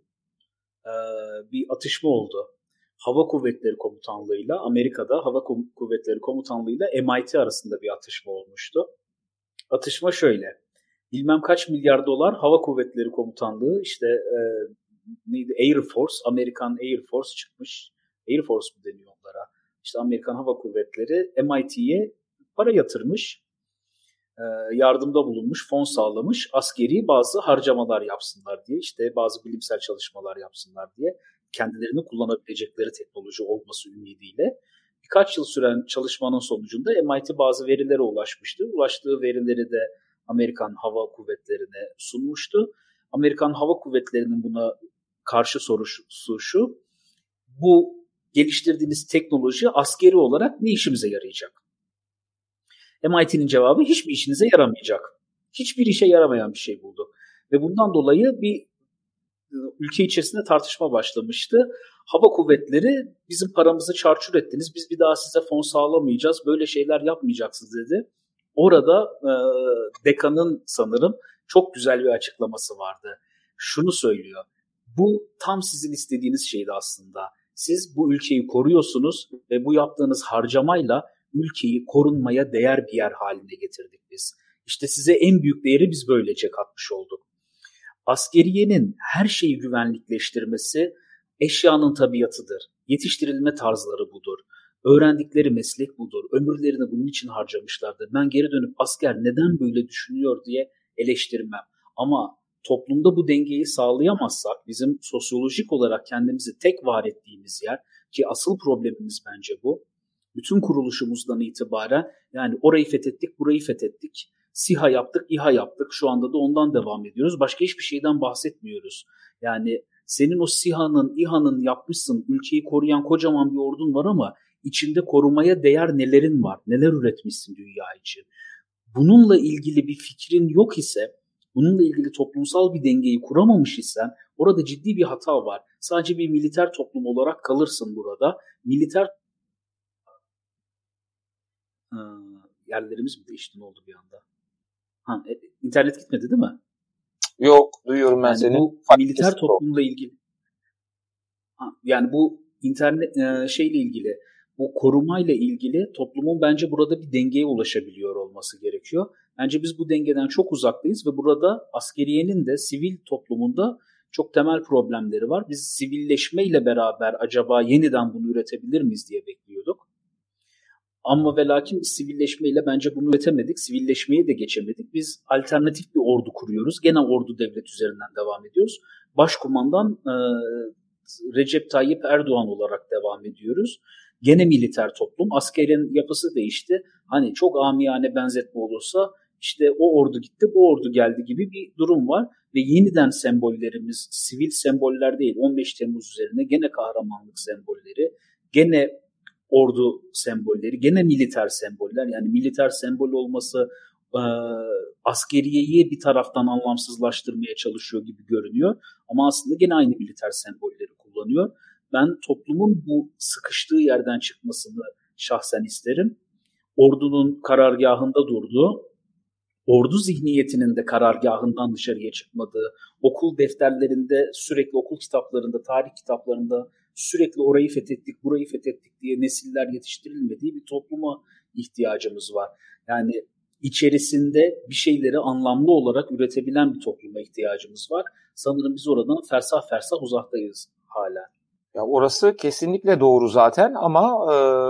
Bir atışma oldu. Hava Kuvvetleri Komutanlığı'yla Amerika'da Hava Kuvvetleri Komutanlığı'yla MIT arasında bir atışma olmuştu. Atışma şöyle. Bilmem kaç milyar dolar Hava Kuvvetleri Komutanlığı işte Air Force, Amerikan Air Force çıkmış. Air Force mu deniyor onlara? İşte Amerikan Hava Kuvvetleri MIT'ye para yatırmış. Yardımda bulunmuş, fon sağlamış, askeri bazı harcamalar yapsınlar diye, işte bazı bilimsel çalışmalar yapsınlar diye kendilerini kullanabilecekleri teknoloji olması ümidiyle birkaç yıl süren çalışmanın sonucunda MIT bazı verilere ulaşmıştı. Ulaştığı verileri de Amerikan Hava Kuvvetleri'ne sunmuştu. Amerikan Hava Kuvvetleri'nin buna karşı sorusu şu: bu geliştirdiğiniz teknoloji askeri olarak ne işimize yarayacak? MIT'nin cevabı hiçbir işinize yaramayacak. Hiçbir işe yaramayan bir şey buldu. Ve bundan dolayı bir ülke içerisinde tartışma başlamıştı. Hava kuvvetleri bizim paramızı çarçur ettiniz. Biz bir daha size fon sağlamayacağız. Böyle şeyler yapmayacaksınız dedi. Orada dekanın sanırım çok güzel bir açıklaması vardı. Şunu söylüyor. Bu tam sizin istediğiniz şeydi aslında. Siz bu ülkeyi koruyorsunuz ve bu yaptığınız harcamayla ülkeyi korunmaya değer bir yer haline getirdik biz. İşte size en büyük değeri biz böylece katmış olduk. Askeriyenin her şeyi güvenlikleştirmesi eşyanın tabiatıdır. Yetiştirilme tarzları budur. Öğrendikleri meslek budur. Ömürlerini bunun için harcamışlardır. Ben geri dönüp asker neden böyle düşünüyor diye eleştirmem. Ama toplumda bu dengeyi sağlayamazsak bizim sosyolojik olarak kendimizi tek var ettiğimiz yer, ki asıl problemimiz bence bu. Bütün kuruluşumuzdan itibaren yani orayı fethettik, burayı fethettik. SİHA yaptık, İHA yaptık. Şu anda da ondan devam ediyoruz. Başka hiçbir şeyden bahsetmiyoruz. Yani senin o SİHA'nın, İHA'nın yapmışsın, ülkeyi koruyan kocaman bir ordun var ama içinde korumaya değer nelerin var? Neler üretmişsin dünya için? Bununla ilgili bir fikrin yok ise bununla ilgili toplumsal bir dengeyi kuramamış isen orada ciddi bir hata var. Sadece bir militer toplum olarak kalırsın burada. Militer yerlerimiz mi değişti, ne oldu bir anda? İnternet gitmedi değil mi? Yok, duyuyorum ben yani seni. Bu militer toplumla ilgili. Yani bu internet şeyle ilgili, bu korumayla ilgili toplumun bence burada bir dengeye ulaşabiliyor olması gerekiyor. Bence biz bu dengeden çok uzaktayız ve burada askeriyenin de sivil toplumunda çok temel problemleri var. Biz sivilleşmeyle beraber acaba yeniden bunu üretebilir miyiz diye bekliyorduk. Ama ve lakin sivilleşmeyle bence bunu üretemedik. Sivilleşmeyi de geçemedik. Biz alternatif bir ordu kuruyoruz. Gene ordu devlet üzerinden devam ediyoruz. Başkumandan Recep Tayyip Erdoğan olarak devam ediyoruz. Gene militer toplum. Askerin yapısı değişti. Hani çok amiyane benzetme olursa işte o ordu gitti, bu ordu geldi gibi bir durum var. Ve yeniden sembollerimiz sivil semboller değil. 15 Temmuz üzerine gene kahramanlık sembolleri, gene ordu sembolleri, gene militer semboller. Yani militer sembol olması askeriyeyi bir taraftan anlamsızlaştırmaya çalışıyor gibi görünüyor. Ama aslında gene aynı militer sembolleri kullanıyor. Ben toplumun bu sıkıştığı yerden çıkmasını şahsen isterim. Ordunun karargahında durduğu, ordu zihniyetinin de karargahından dışarıya çıkmadığı, okul defterlerinde sürekli, okul kitaplarında, tarih kitaplarında sürekli orayı fethettik, burayı fethettik diye nesiller yetiştirilmediği bir topluma ihtiyacımız var. Yani içerisinde bir şeyleri anlamlı olarak üretebilen bir topluma ihtiyacımız var. Sanırım biz oradan fersah fersah uzaktayız hala. Ya orası kesinlikle doğru zaten ama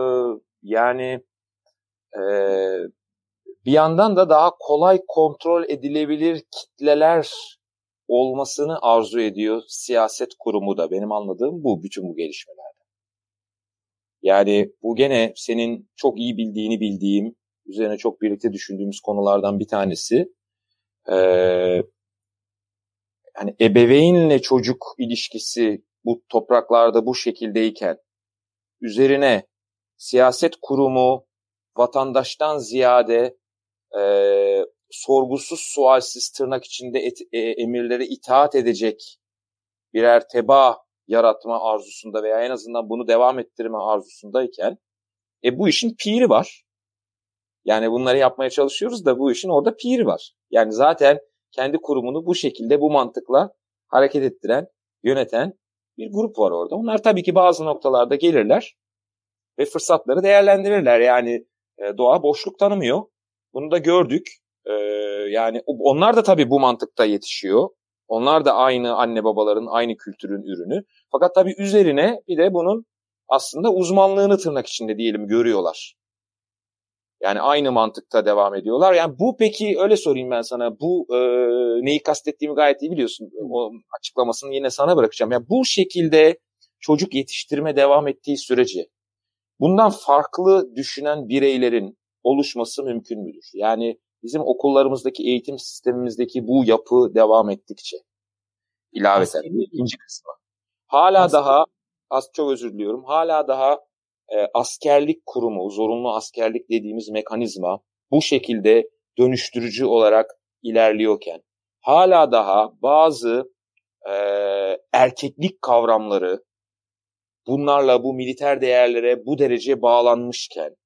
bir yandan da daha kolay kontrol edilebilir kitleler olmasını arzu ediyor siyaset kurumu da. Benim anladığım bu, bütün bu gelişmelerde. Yani bu gene senin çok iyi bildiğim, üzerine çok birlikte düşündüğümüz konulardan bir tanesi. Yani ebeveynle çocuk ilişkisi bu topraklarda bu şekildeyken üzerine siyaset kurumu vatandaştan ziyade sorgusuz sualsiz tırnak içinde emirlere itaat edecek birer tebaa yaratma arzusunda veya en azından bunu devam ettirme arzusundayken bu işin piri var. Yani bunları yapmaya çalışıyoruz da bu işin orada piri var. Yani zaten kendi kurumunu bu şekilde, bu mantıkla hareket ettiren, yöneten bir grup var orada. Onlar tabii ki bazı noktalarda gelirler ve fırsatları değerlendirirler. Yani doğa boşluk tanımıyor. Bunu da gördük. Yani onlar da tabii bu mantıkta yetişiyor. Onlar da aynı anne babaların, aynı kültürün ürünü. Fakat tabii üzerine bir de bunun aslında uzmanlığını tırnak içinde diyelim görüyorlar. Yani aynı mantıkta devam ediyorlar. Yani bu, peki öyle sorayım ben sana. Bu neyi kastettiğimi gayet iyi biliyorsun. O açıklamasını yine sana bırakacağım. Yani bu şekilde çocuk yetiştirme devam ettiği sürece bundan farklı düşünen bireylerin oluşması mümkün müdür? Yani bizim okullarımızdaki, eğitim sistemimizdeki bu yapı devam ettikçe ilaveten ikinci kısmı. Hala daha çok özür diliyorum. Hala daha askerlik kurumu, zorunlu askerlik dediğimiz mekanizma bu şekilde dönüştürücü olarak ilerliyorken hala daha bazı erkeklik kavramları bunlarla, bu militer değerlere bu derece bağlanmışken,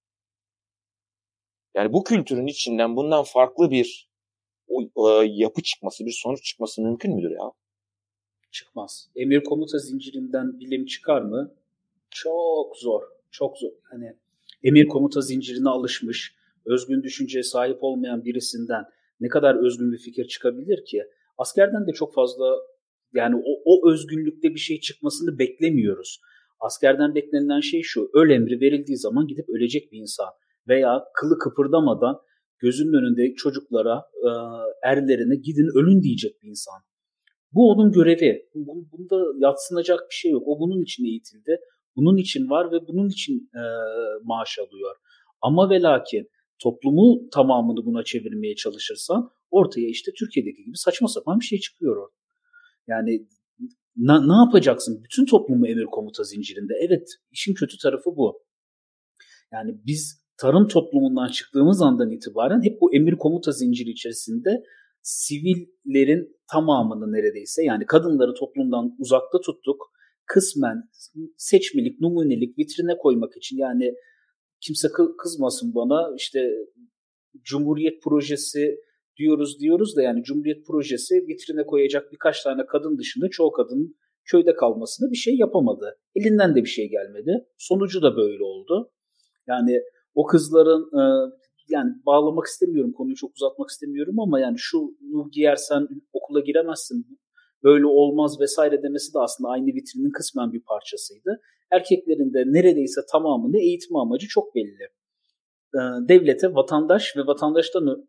yani bu kültürün içinden bundan farklı bir yapı çıkması, bir sonuç çıkması mümkün müdür ya? Çıkmaz. Emir komuta zincirinden bilim çıkar mı? Çok zor. Çok zor. Hani emir komuta zincirine alışmış, özgün düşünceye sahip olmayan birisinden ne kadar özgün bir fikir çıkabilir ki? Askerden de çok fazla, yani o özgünlükte bir şey çıkmasını beklemiyoruz. Askerden beklenilen şey şu: öl emri verildiği zaman gidip ölecek bir insan veya kılı kıpırdamadan gözünün önünde çocuklara, erlerine gidin ölün diyecek bir insan. Bu onun görevi. Bunda yadsınacak bir şey yok. O bunun için eğitildi. Bunun için var ve bunun için maaş alıyor. Ama ve lakin toplumu tamamını buna çevirmeye çalışırsan ortaya işte Türkiye'deki gibi saçma sapan bir şey çıkıyor orada. Yani ne yapacaksın? Bütün toplumu emir komuta zincirinde. Evet, işin kötü tarafı bu. Yani biz tarım toplumundan çıktığımız andan itibaren hep bu emir komuta zinciri içerisinde sivillerin tamamını neredeyse, yani kadınları toplumdan uzakta tuttuk. Kısmen seçmelik, numunelik, vitrine koymak için, yani kimse kızmasın bana, işte Cumhuriyet projesi diyoruz da, yani Cumhuriyet projesi vitrine koyacak birkaç tane kadın dışında çoğu kadının köyde kalmasına bir şey yapamadı. Elinden de bir şey gelmedi. Sonucu da böyle oldu. Yani o kızların yani bağlamak istemiyorum, konuyu çok uzatmak istemiyorum ama yani şunu giyersen okula giremezsin, böyle olmaz vesaire demesi de aslında aynı vitrinin kısmen bir parçasıydı. Erkeklerin de neredeyse tamamını eğitim amacı çok belli. Devlete vatandaş ve vatandaştan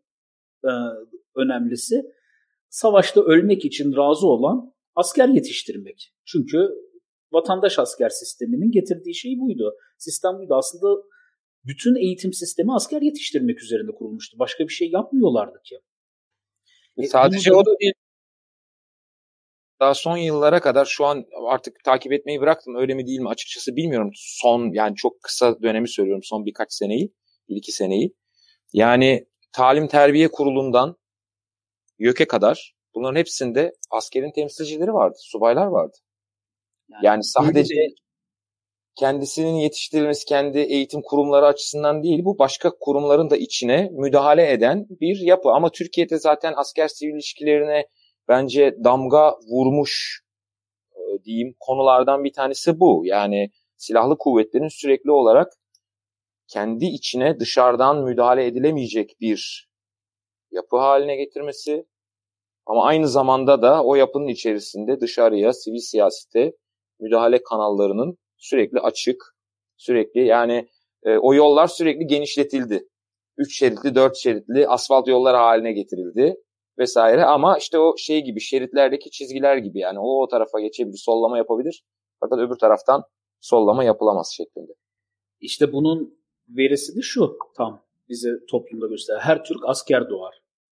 önemlisi savaşta ölmek için razı olan asker yetiştirmek. Çünkü vatandaş asker sisteminin getirdiği şey buydu. Sistem buydu. Aslında bütün eğitim sistemi asker yetiştirmek üzerine kurulmuştu. Başka bir şey yapmıyorlardı ki. Sadece o da değil. Daha son yıllara kadar, şu an artık takip etmeyi bıraktım. Öyle mi değil mi açıkçası bilmiyorum. Yani çok kısa dönemi söylüyorum. Son birkaç seneyi, 1-2 seneyi. Yani Talim Terbiye Kurulu'ndan YÖK'e kadar bunların hepsinde askerin temsilcileri vardı. Subaylar vardı. Yani sadece kendisinin yetiştirilmesi, kendi eğitim kurumları açısından değil, bu başka kurumların da içine müdahale eden bir yapı. Ama Türkiye'de zaten asker-sivil ilişkilerine bence damga vurmuş diyeyim konulardan bir tanesi bu. Yani silahlı kuvvetlerin sürekli olarak kendi içine dışarıdan müdahale edilemeyecek bir yapı haline getirmesi, ama aynı zamanda da o yapının içerisinde dışarıya, sivil siyasete müdahale kanallarının sürekli açık, sürekli, yani o yollar sürekli genişletildi. 3 şeritli, 4 şeritli asfalt yollar haline getirildi vesaire, ama işte o şey gibi, şeritlerdeki çizgiler gibi, yani o tarafa geçebilir, sollama yapabilir, fakat öbür taraftan sollama yapılamaz şeklinde. İşte bunun verisi de şu, tam bize toplumda gösteren: her Türk asker doğar.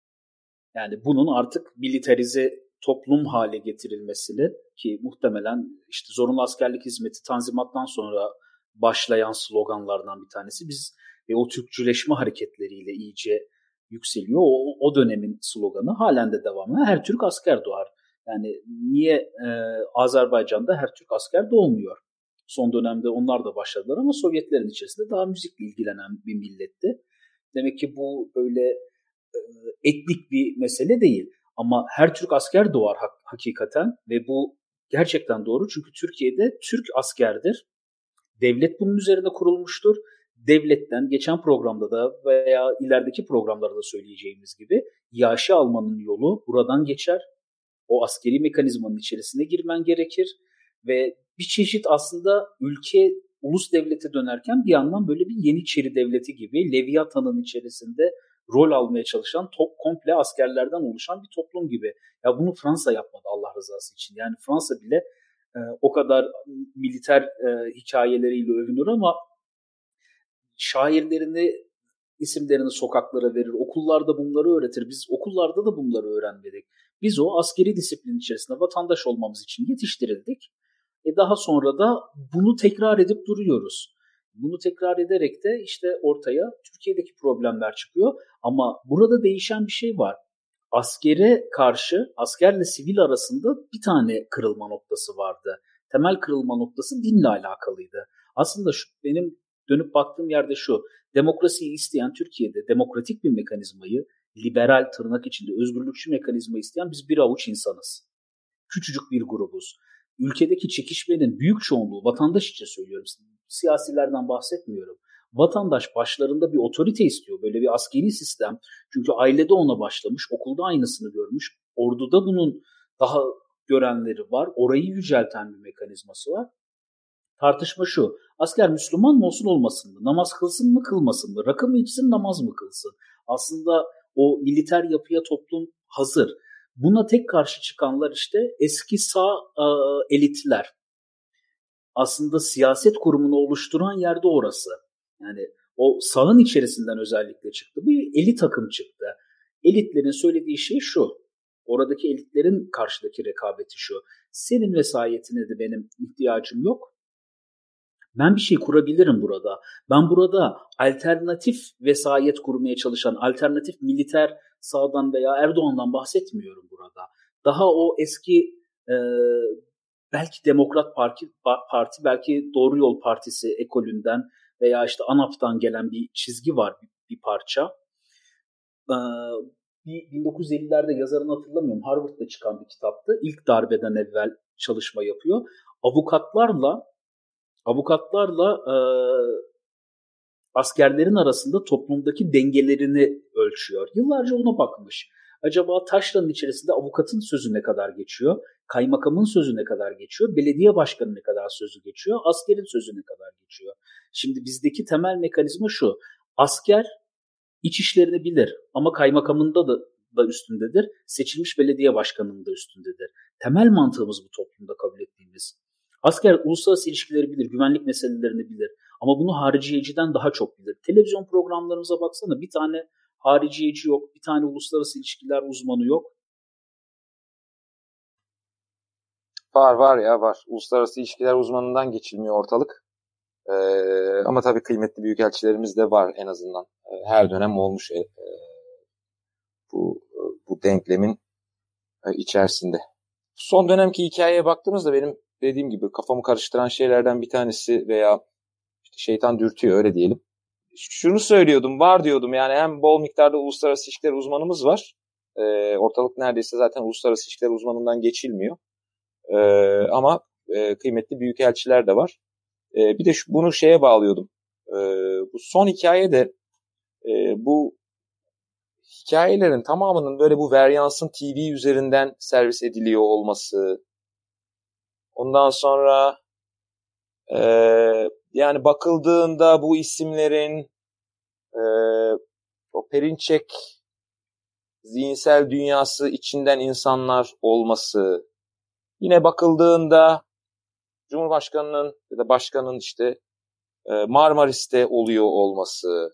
Yani bunun artık militarize toplum hale getirilmesini, ki muhtemelen işte zorunlu askerlik hizmeti Tanzimat'tan sonra başlayan sloganlardan bir tanesi. Biz o Türkçüleşme hareketleriyle iyice yükseliyor. O dönemin sloganı halen de devam ediyor. Her Türk asker doğar. Yani niye Azerbaycan'da her Türk asker doğmuyor? Son dönemde onlar da başladılar ama Sovyetlerin içerisinde daha müzikle ilgilenen bir milletti. Demek ki bu böyle etnik bir mesele değil. Ama her Türk asker doğar hakikaten ve bu gerçekten doğru. Çünkü Türkiye'de Türk askerdir. Devlet bunun üzerine kurulmuştur. Devletten geçen programda da veya ilerideki programlarda da söyleyeceğimiz gibi iaşe almanın yolu buradan geçer. O askeri mekanizmanın içerisine girmen gerekir ve bir çeşit aslında ülke ulus devlete dönerken bir yandan böyle bir Yeniçeri devleti gibi Leviathan'ın içerisinde rol almaya çalışan komple askerlerden oluşan bir toplum gibi. Ya bunu Fransa yapmadı Allah rızası için. Yani Fransa bile o kadar militer hikayeleriyle övünür ama şairlerini, isimlerini sokaklara verir. Okullarda bunları öğretir. Biz okullarda da bunları öğrenmedik. Biz o askeri disiplin içerisinde vatandaş olmamız için yetiştirildik. Daha sonra da bunu tekrar edip duruyoruz. Bunu tekrar ederek de işte ortaya Türkiye'deki problemler çıkıyor. Ama burada değişen bir şey var. Askere karşı, askerle sivil arasında bir tane kırılma noktası vardı. Temel kırılma noktası dinle alakalıydı. Aslında benim dönüp baktığım yerde şu: demokrasiyi isteyen Türkiye'de, demokratik bir mekanizmayı, liberal, tırnak içinde özgürlükçü mekanizma isteyen biz bir avuç insanız. Küçücük bir grubuz. Ülkedeki çekişmenin büyük çoğunluğu, vatandaş için söylüyorum, siyasilerden bahsetmiyorum. Vatandaş başlarında bir otorite istiyor, böyle bir askeri sistem. Çünkü ailede ona başlamış, okulda aynısını görmüş, orduda bunun daha görenleri var, orayı yücelten bir mekanizması var. Tartışma şu: asker Müslüman mı olsun olmasın mı? Namaz kılsın mı kılmasın mı? Rakı mı içsin, namaz mı kılsın? Aslında o militer yapıya toplum hazır. Buna tek karşı çıkanlar işte eski sağ elitler. Aslında siyaset kurumunu oluşturan yerde orası. Yani o sağın içerisinden özellikle çıktı. Bir elit akım çıktı. Elitlerin söylediği şey şu: oradaki elitlerin karşıdaki rekabeti şu: senin vesayetine de benim ihtiyacım yok. Ben bir şey kurabilirim burada. Ben burada alternatif vesayet kurmaya çalışan, alternatif militer sağdan veya Erdoğan'dan bahsetmiyorum burada. Daha o eski belki Demokrat Parti, belki Doğru Yol Partisi ekolünden veya işte ANAP'tan gelen bir çizgi var, bir parça. 1950'lerde yazarını hatırlamıyorum. Harvard'da çıkan bir kitaptı. İlk darbeden evvel çalışma yapıyor. Avukatlarla askerlerin arasında toplumdaki dengelerini ölçüyor. Yıllarca ona bakmış. Acaba taşranın içerisinde avukatın sözü ne kadar geçiyor? Kaymakamın sözü ne kadar geçiyor? Belediye başkanı ne kadar sözü geçiyor? Askerin sözü ne kadar geçiyor? Şimdi bizdeki temel mekanizma şu. Asker iç işlerini bilir ama kaymakamında da üstündedir. Seçilmiş belediye başkanının da üstündedir. Temel mantığımız bu toplumda kabul ettiğimiz. Asker uluslararası ilişkileri bilir, güvenlik meselelerini bilir. Ama bunu hariciyeciden daha çok bilir. Televizyon programlarımıza baksana, bir tane hariciyeci yok, bir tane uluslararası ilişkiler uzmanı yok. Var. Uluslararası ilişkiler uzmanından geçilmiyor ortalık. Ama tabii kıymetli büyükelçilerimiz de var en azından. Her dönem olmuş bu denklemin içerisinde. Son dönemki hikayeye baktığımızda benim dediğim gibi kafamı karıştıran şeylerden bir tanesi veya işte şeytan dürtüyor öyle diyelim. Şunu söylüyordum, var diyordum yani hem bol miktarda uluslararası ilişkiler uzmanımız var. Ortalık neredeyse zaten uluslararası ilişkiler uzmanından geçilmiyor. Ama kıymetli büyükelçiler de var. Bir de bunu şeye bağlıyordum. Bu son hikayede bu hikayelerin tamamının böyle bu Veryans'ın TV üzerinden servis ediliyor olması. Ondan sonra yani bakıldığında bu isimlerin o Perinçek zihinsel dünyası içinden insanlar olması. Yine bakıldığında Cumhurbaşkanının ya da başkanın işte Marmaris'te oluyor olması.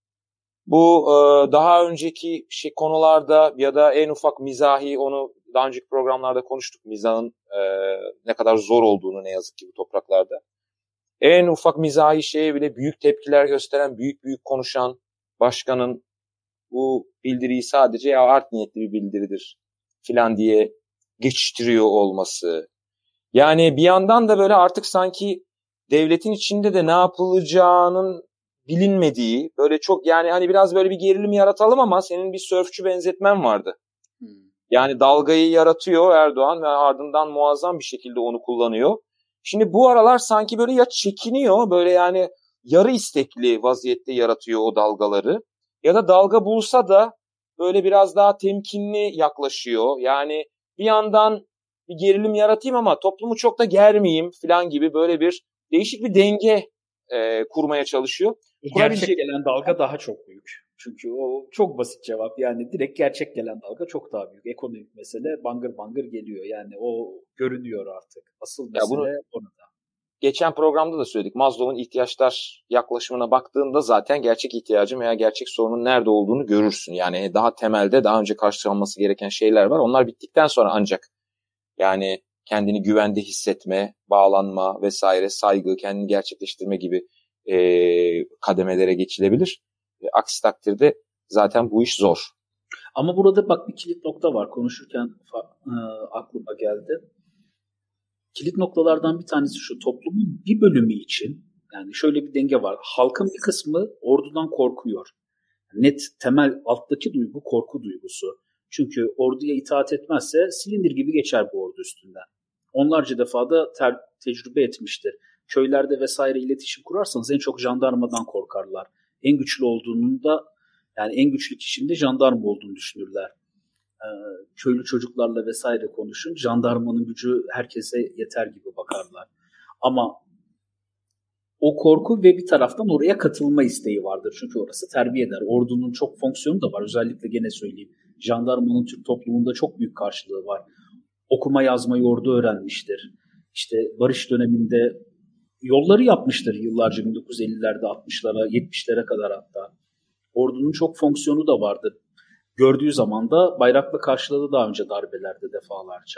Bu daha önceki konularda ya da en ufak mizahi, onu daha önceki programlarda konuştuk. Mizahın ne kadar zor olduğunu ne yazık ki bu topraklarda. En ufak mizahi şeye bile büyük tepkiler gösteren, büyük konuşan başkanın bu bildiriyi sadece ya art niyetli bir bildiridir filan diye geçiştiriyor olması. Yani bir yandan da böyle artık sanki devletin içinde de ne yapılacağının bilinmediği, böyle çok yani hani biraz böyle bir gerilim yaratalım ama senin bir sörfçü benzetmen vardı. Yani dalgayı yaratıyor Erdoğan ve ardından muazzam bir şekilde onu kullanıyor. Şimdi bu aralar sanki böyle ya çekiniyor, böyle yani yarı istekli vaziyette yaratıyor o dalgaları. Ya da dalga bulsa da böyle biraz daha temkinli yaklaşıyor. Yani bir yandan bir gerilim yaratayım ama toplumu çok da germeyeyim falan gibi böyle bir değişik bir denge kurmaya çalışıyor. Gerçek gelen dalga daha çok büyük. Çünkü o çok basit cevap. Yani direkt gerçek gelen dalga çok daha büyük. Ekonomik mesele bangır bangır geliyor. Yani o görünüyor artık. Asıl mesele orada. Geçen programda da söyledik. Maslow'un ihtiyaçlar yaklaşımına baktığında zaten gerçek ihtiyacın veya gerçek sorunun nerede olduğunu görürsün. Yani daha temelde daha önce karşılanması gereken şeyler var. Onlar bittikten sonra ancak yani kendini güvende hissetme, bağlanma vesaire, saygı, kendini gerçekleştirme gibi kademelere geçilebilir. Aksi takdirde zaten bu iş zor. Ama burada bak bir kilit nokta var. Konuşurken aklıma geldi. Kilit noktalardan bir tanesi şu: toplumun bir bölümü için yani şöyle bir denge var. Halkın bir kısmı ordudan korkuyor. Net temel alttaki duygu korku duygusu. Çünkü orduya itaat etmezse silindir gibi geçer bu ordu üstünden. Onlarca defada tecrübe etmiştir. Köylerde vesaire iletişim kurarsanız en çok jandarmadan korkarlar. En güçlü olduğunun da yani en güçlü kişinin de jandarma olduğunu düşünürler. Köylü çocuklarla vesaire konuşun. Jandarmanın gücü herkese yeter gibi bakarlar. Ama o korku ve bir taraftan oraya katılma isteği vardır. Çünkü orası terbiye eder. Ordunun çok fonksiyonu da var. Özellikle gene söyleyeyim. Jandarmanın Türk toplumunda çok büyük karşılığı var. Okuma yazmayı ordu öğrenmiştir. İşte barış döneminde yolları yapmıştır yıllarca, 1950'lerde, 60'lara, 70'lere kadar hatta. Ordunun çok fonksiyonu da vardır. Gördüğü zaman da bayrakla karşıladı daha önce darbelerde defalarca.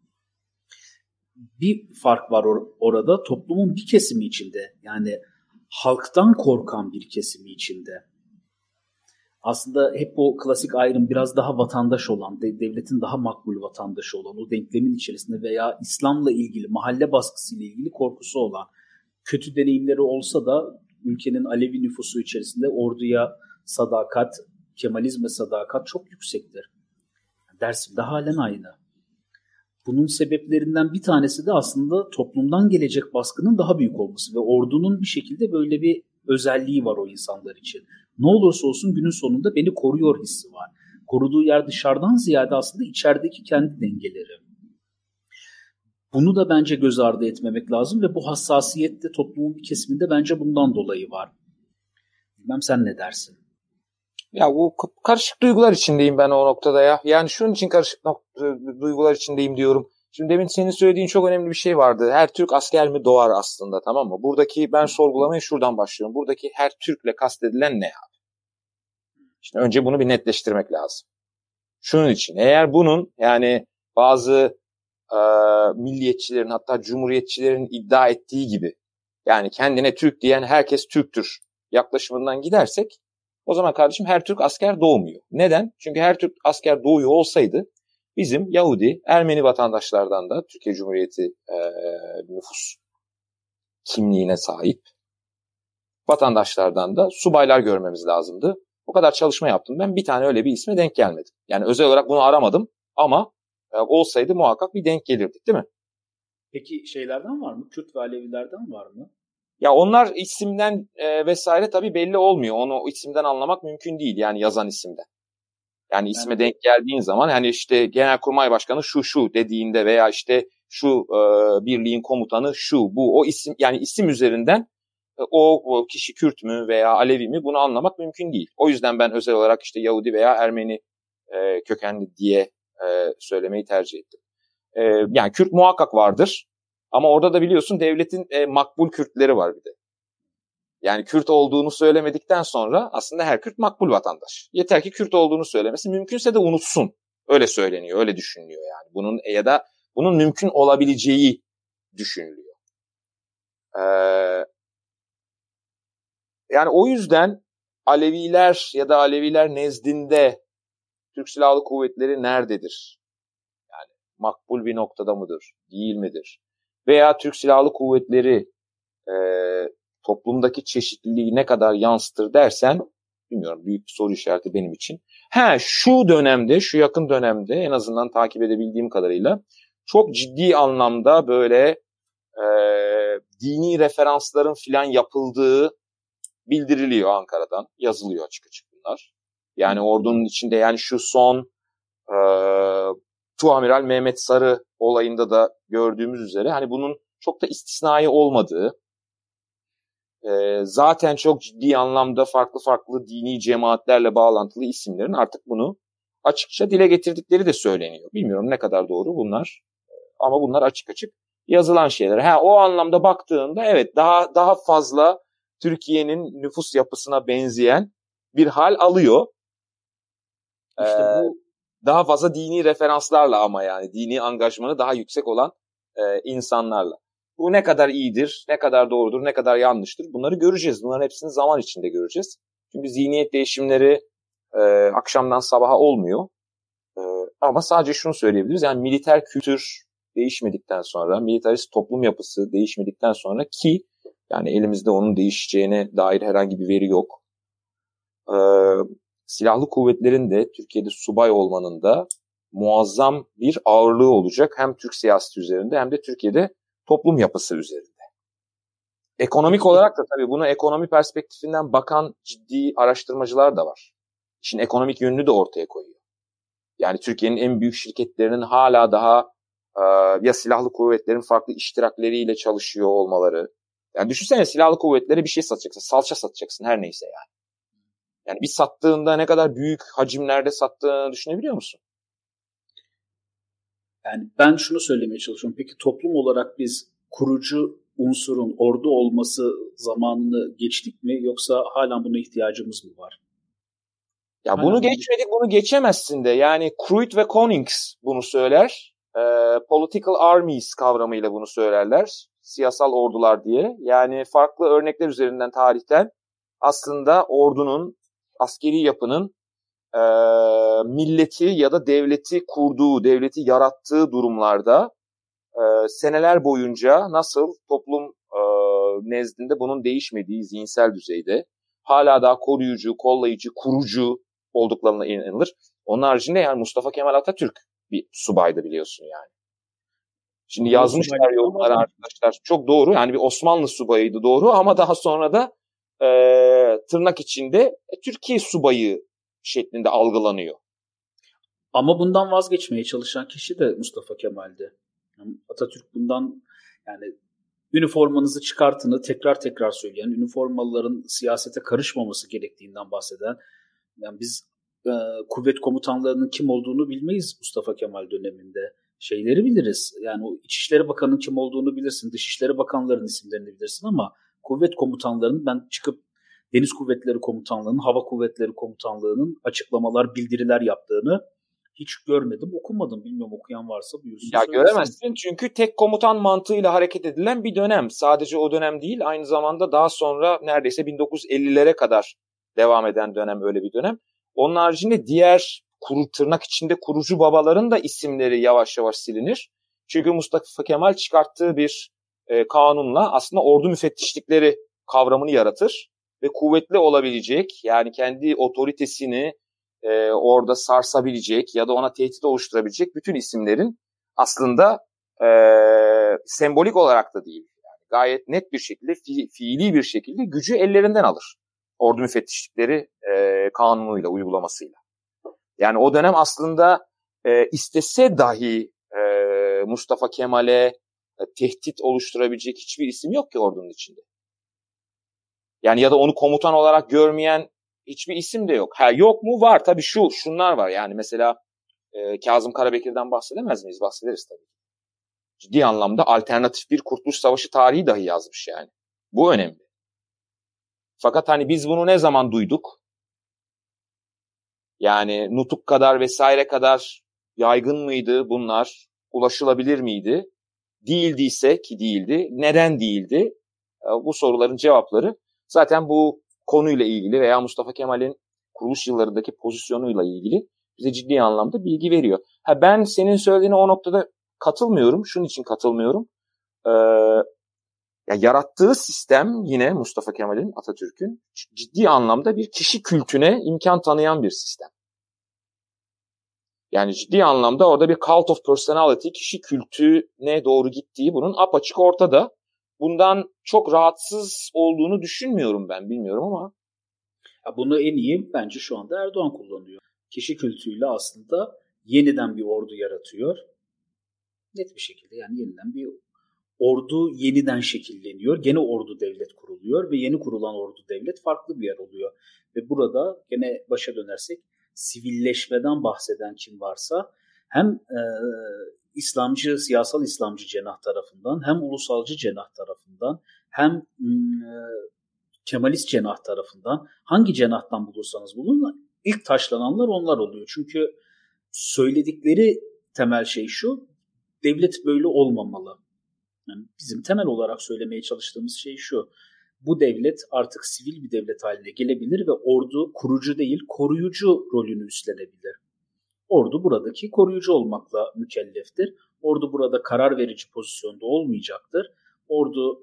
Bir fark var orada, toplumun bir kesimi içinde, yani halktan korkan bir kesimi içinde. Aslında hep o klasik ayrım biraz daha vatandaş olan, devletin daha makbul vatandaşı olan, o denklemin içerisinde veya İslam'la ilgili, mahalle baskısıyla ilgili korkusu olan, kötü deneyimleri olsa da ülkenin Alevi nüfusu içerisinde orduya sadakat, Kemalizme sadakat çok yüksektir. Dersim'de halen aynı. Bunun sebeplerinden bir tanesi de aslında toplumdan gelecek baskının daha büyük olması ve ordunun bir şekilde böyle bir özelliği var o insanlar için. Ne olursa olsun günün sonunda beni koruyor hissi var. Koruduğu yer dışarıdan ziyade aslında içerideki kendi dengeleri. Bunu da bence göz ardı etmemek lazım ve bu hassasiyet de toplumun bir kesiminde bence bundan dolayı var. Bilmem sen ne dersin? Ya bu karışık duygular içindeyim ben o noktada ya. Yani şunun için karışık duygular içindeyim diyorum. Şimdi demin senin söylediğin çok önemli bir şey vardı. Her Türk asker mi doğar aslında, tamam mı? Buradaki ben sorgulamaya şuradan başlıyorum. Buradaki her Türk'le kastedilen ne abi? Şimdi önce bunu bir netleştirmek lazım. Şunun için eğer bunun yani bazı milliyetçilerin hatta cumhuriyetçilerin iddia ettiği gibi yani kendine Türk diyen herkes Türktür yaklaşımından gidersek o zaman kardeşim her Türk asker doğmuyor. Neden? Çünkü her Türk asker doğuyor olsaydı bizim Yahudi, Ermeni vatandaşlardan da Türkiye Cumhuriyeti nüfus kimliğine sahip vatandaşlardan da subaylar görmemiz lazımdı. O kadar çalışma yaptım ben, bir tane öyle bir isme denk gelmedim. Yani özel olarak bunu aramadım ama olsaydı muhakkak bir denk gelirdik, değil mi? Peki şeylerden var mı? Kürt ve Alevilerden var mı? Ya onlar isimden vesaire tabii belli olmuyor. Onu isimden anlamak mümkün değil yani yazan isimden. Yani isme denk geldiğin zaman hani işte Genelkurmay Başkanı şu dediğinde veya işte şu birliğin komutanı şu bu o isim yani isim üzerinden o kişi Kürt mü veya Alevi mi bunu anlamak mümkün değil. O yüzden ben özel olarak işte Yahudi veya Ermeni kökenli diye söylemeyi tercih ettim. Yani Kürt muhakkak vardır ama orada da biliyorsun devletin makbul Kürtleri var bir de. Yani Kürt olduğunu söylemedikten sonra aslında her Kürt makbul vatandaş. Yeter ki Kürt olduğunu söylemesi, mümkünse de unutsun. Öyle söyleniyor, öyle düşünülüyor yani. Bunun ya da bunun mümkün olabileceği düşünülüyor. Yani o yüzden Aleviler ya da Aleviler nezdinde Türk Silahlı Kuvvetleri nerededir? Yani makbul bir noktada mıdır, değil midir? Veya Türk Silahlı Kuvvetleri toplumdaki çeşitliliği ne kadar yansıtır dersen, bilmiyorum, büyük bir soru işareti benim için. Şu dönemde, şu yakın dönemde en azından takip edebildiğim kadarıyla çok ciddi anlamda böyle dini referansların filan yapıldığı bildiriliyor Ankara'dan. Yazılıyor açık açık bunlar. Yani ordunun içinde yani şu son Tuamiral Mehmet Sarı olayında da gördüğümüz üzere hani bunun çok da istisnai olmadığı, zaten çok ciddi anlamda farklı dini cemaatlerle bağlantılı isimlerin artık bunu açıkça dile getirdikleri de söyleniyor. Bilmiyorum ne kadar doğru bunlar ama bunlar açık açık yazılan şeyler. O anlamda baktığında evet daha fazla Türkiye'nin nüfus yapısına benzeyen bir hal alıyor. İşte bu daha fazla dini referanslarla ama yani dini angajmanı daha yüksek olan insanlarla. Bu ne kadar iyidir, ne kadar doğrudur, ne kadar yanlıştır bunları göreceğiz. Bunların hepsini zaman içinde göreceğiz. Çünkü zihniyet değişimleri akşamdan sabaha olmuyor. Ama sadece şunu söyleyebiliriz. Yani militer kültür değişmedikten sonra, militarist toplum yapısı değişmedikten sonra ki yani elimizde onun değişeceğine dair herhangi bir veri yok. Silahlı kuvvetlerin de Türkiye'de subay olmanın da muazzam bir ağırlığı olacak. Hem Türk siyaseti üzerinde hem de Türkiye'de toplum yapısı üzerinde. Ekonomik olarak da tabii buna ekonomi perspektifinden bakan ciddi araştırmacılar da var. İşin ekonomik yönünü de ortaya koyuyor. Yani Türkiye'nin en büyük şirketlerinin hala daha ya silahlı kuvvetlerin farklı iştirakleriyle çalışıyor olmaları. Yani düşünsene silahlı kuvvetlere bir şey satacaksın, salça satacaksın her neyse yani. Yani bir sattığında ne kadar büyük hacimlerde sattığını düşünebiliyor musun? Yani ben şunu söylemeye çalışıyorum. Peki toplum olarak biz kurucu unsurun ordu olması zamanını geçtik mi yoksa hala buna ihtiyacımız mı var? Ya hala bunu geçmedik, bunu geçemezsin de. Yani Kruit ve Konings bunu söyler. Political armies kavramıyla bunu söylerler. Siyasal ordular diye. Yani farklı örnekler üzerinden tarihten aslında ordunun askeri yapının milleti ya da devleti kurduğu, devleti yarattığı durumlarda seneler boyunca nasıl toplum nezdinde bunun değişmediği zihinsel düzeyde hala daha koruyucu, kollayıcı, kurucu olduklarına inanılır. Onun haricinde yani Mustafa Kemal Atatürk bir subaydı biliyorsun yani. Şimdi yazmışlar yorumlara arkadaşlar. Çok doğru. Yani bir Osmanlı subayıydı doğru ama daha sonra da tırnak içinde Türkiye subayı şeklinde algılanıyor. Ama bundan vazgeçmeye çalışan kişi de Mustafa Kemal'di. Yani Atatürk bundan yani üniformanızı çıkartını tekrar söyleyen, üniformalıların siyasete karışmaması gerektiğinden bahseden, yani biz kuvvet komutanlarının kim olduğunu bilmeyiz Mustafa Kemal döneminde. Şeyleri biliriz. Yani o İçişleri Bakanı'nın kim olduğunu bilirsin, Dışişleri Bakanlarının isimlerini bilirsin ama kuvvet komutanlarının ben çıkıp Deniz Kuvvetleri Komutanlığı'nın, Hava Kuvvetleri Komutanlığı'nın açıklamalar, bildiriler yaptığını hiç görmedim, okumadım. Bilmiyorum okuyan varsa buyursun. Ya göremezsin çünkü tek komutan mantığıyla hareket edilen bir dönem. Sadece o dönem değil, aynı zamanda daha sonra neredeyse 1950'lere kadar devam eden dönem öyle bir dönem. Onun haricinde diğer tırnak içinde kurucu babaların da isimleri yavaş yavaş silinir. Çünkü Mustafa Kemal çıkarttığı bir kanunla aslında ordu müfettişlikleri kavramını yaratır ve kuvvetli olabilecek yani kendi otoritesini orada sarsabilecek ya da ona tehdit oluşturabilecek bütün isimlerin aslında sembolik olarak da değil. Yani gayet net bir şekilde, fiili bir şekilde gücü ellerinden alır. Ordu müfettişlikleri kanunuyla, uygulamasıyla. Yani o dönem aslında istese dahi Mustafa Kemal'e tehdit oluşturabilecek hiçbir isim yok ki ordunun içinde. Yani ya da onu komutan olarak görmeyen hiçbir isim de yok. Ha yok mu? Var. Tabii şunlar var. Yani mesela Kazım Karabekir'den bahsedemez miyiz? Bahsederiz tabii. Ciddi anlamda alternatif bir Kurtuluş Savaşı tarihi dahi yazmış yani. Bu önemli. Fakat hani biz bunu ne zaman duyduk? Yani Nutuk kadar vesaire kadar yaygın mıydı bunlar? Ulaşılabilir miydi? Değildiyse ki değildi. Neden değildi? Bu soruların cevapları zaten bu konuyla ilgili veya Mustafa Kemal'in kuruluş yıllarındaki pozisyonuyla ilgili bize ciddi anlamda bilgi veriyor. Ben senin söylediğine o noktada katılmıyorum. Şunun için katılmıyorum. Ya yarattığı sistem yine Mustafa Kemal'in, Atatürk'ün ciddi anlamda bir kişi kültüne imkan tanıyan bir sistem. Yani ciddi anlamda orada bir cult of personality, kişi kültüne doğru gittiği bunun apaçık ortada. Bundan çok rahatsız olduğunu düşünmüyorum ben, bilmiyorum ama. Ya bunu en iyi bence şu anda Erdoğan kullanıyor. Kişi kültüyle aslında yeniden bir ordu yaratıyor. Net bir şekilde yani yeniden bir ordu yeniden şekilleniyor. Gene ordu devlet kuruluyor ve yeni kurulan ordu devlet farklı bir yer oluyor. Ve burada gene başa dönersek sivilleşmeden bahseden kim varsa hem İslamcı, siyasal İslamcı cenah tarafından hem ulusalcı cenah tarafından hem Kemalist cenah tarafından hangi cenahtan bulursanız bulun ilk taşlananlar onlar oluyor. Çünkü söyledikleri temel şey şu, devlet böyle olmamalı. Yani bizim temel olarak söylemeye çalıştığımız şey şu, bu devlet artık sivil bir devlet haline gelebilir ve ordu kurucu değil koruyucu rolünü üstlenebilir. Ordu buradaki koruyucu olmakla mükelleftir. Ordu burada karar verici pozisyonda olmayacaktır. Ordu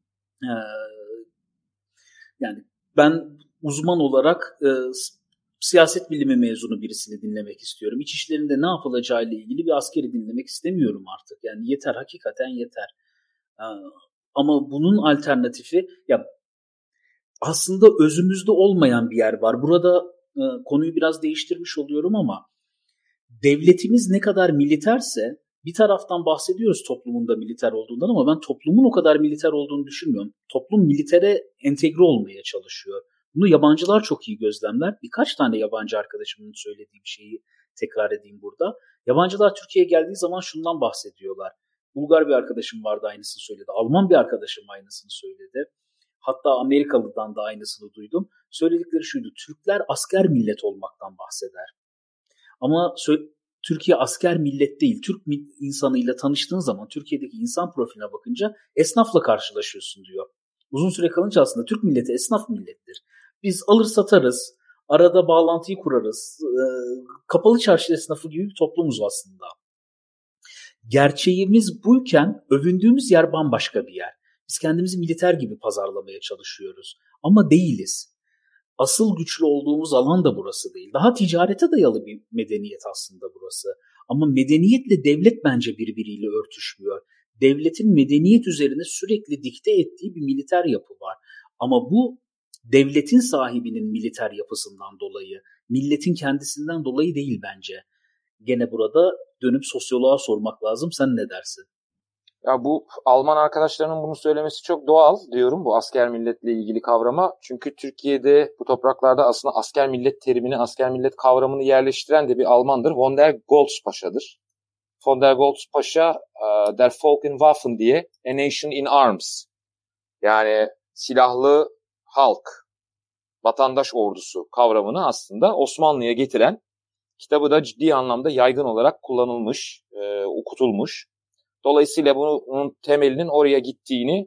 yani ben uzman olarak siyaset bilimi mezunu birisini dinlemek istiyorum. İçişlerinde ne yapılacağı ile ilgili bir askeri dinlemek istemiyorum artık. Yani yeter, hakikaten yeter. Ama bunun alternatifi ya aslında özümüzde olmayan bir yer var. Burada konuyu biraz değiştirmiş oluyorum ama devletimiz ne kadar militerse bir taraftan bahsediyoruz toplumun da militer olduğundan ama ben toplumun o kadar militer olduğunu düşünmüyorum. Toplum militere entegre olmaya çalışıyor. Bunu yabancılar çok iyi gözlemler. Birkaç tane yabancı arkadaşımın söylediği bir şeyi tekrar edeyim burada. Yabancılar Türkiye'ye geldiği zaman şundan bahsediyorlar. Bulgar bir arkadaşım vardı aynısını söyledi. Alman bir arkadaşım aynısını söyledi. Hatta Amerikalı'dan da aynısını duydum. Söyledikleri şuydu. Türkler asker millet olmaktan bahseder. Ama Türkiye asker millet değil. Türk insanıyla tanıştığın zaman Türkiye'deki insan profiline bakınca esnafla karşılaşıyorsun diyor. Uzun süre kalınca aslında Türk milleti esnaf millettir. Biz alır satarız. Arada bağlantıyı kurarız. Kapalı çarşı esnafı gibi bir toplumuz aslında. Gerçeğimiz buyken övündüğümüz yer bambaşka bir yer. Biz kendimizi militer gibi pazarlamaya çalışıyoruz. Ama değiliz. Asıl güçlü olduğumuz alan da burası değil. Daha ticarete dayalı bir medeniyet aslında burası. Ama medeniyetle devlet bence birbiriyle örtüşmüyor. Devletin medeniyet üzerine sürekli dikte ettiği bir militer yapı var. Ama bu devletin sahibinin militer yapısından dolayı, milletin kendisinden dolayı değil bence. Gene burada dönüp sosyoloğa sormak lazım. Sen ne dersin? Ya bu Alman arkadaşlarının bunu söylemesi çok doğal diyorum bu asker milletle ilgili kavrama. Çünkü Türkiye'de bu topraklarda aslında asker millet terimini, asker millet kavramını yerleştiren de bir Almandır. Von der Goltz Paşa'dır. Von der Goltz Paşa, Der Volk in Waffen diye A Nation in Arms. Yani silahlı halk, vatandaş ordusu kavramını aslında Osmanlı'ya getiren, kitabı da ciddi anlamda yaygın olarak kullanılmış, okutulmuş. Dolayısıyla bunun temelinin oraya gittiğini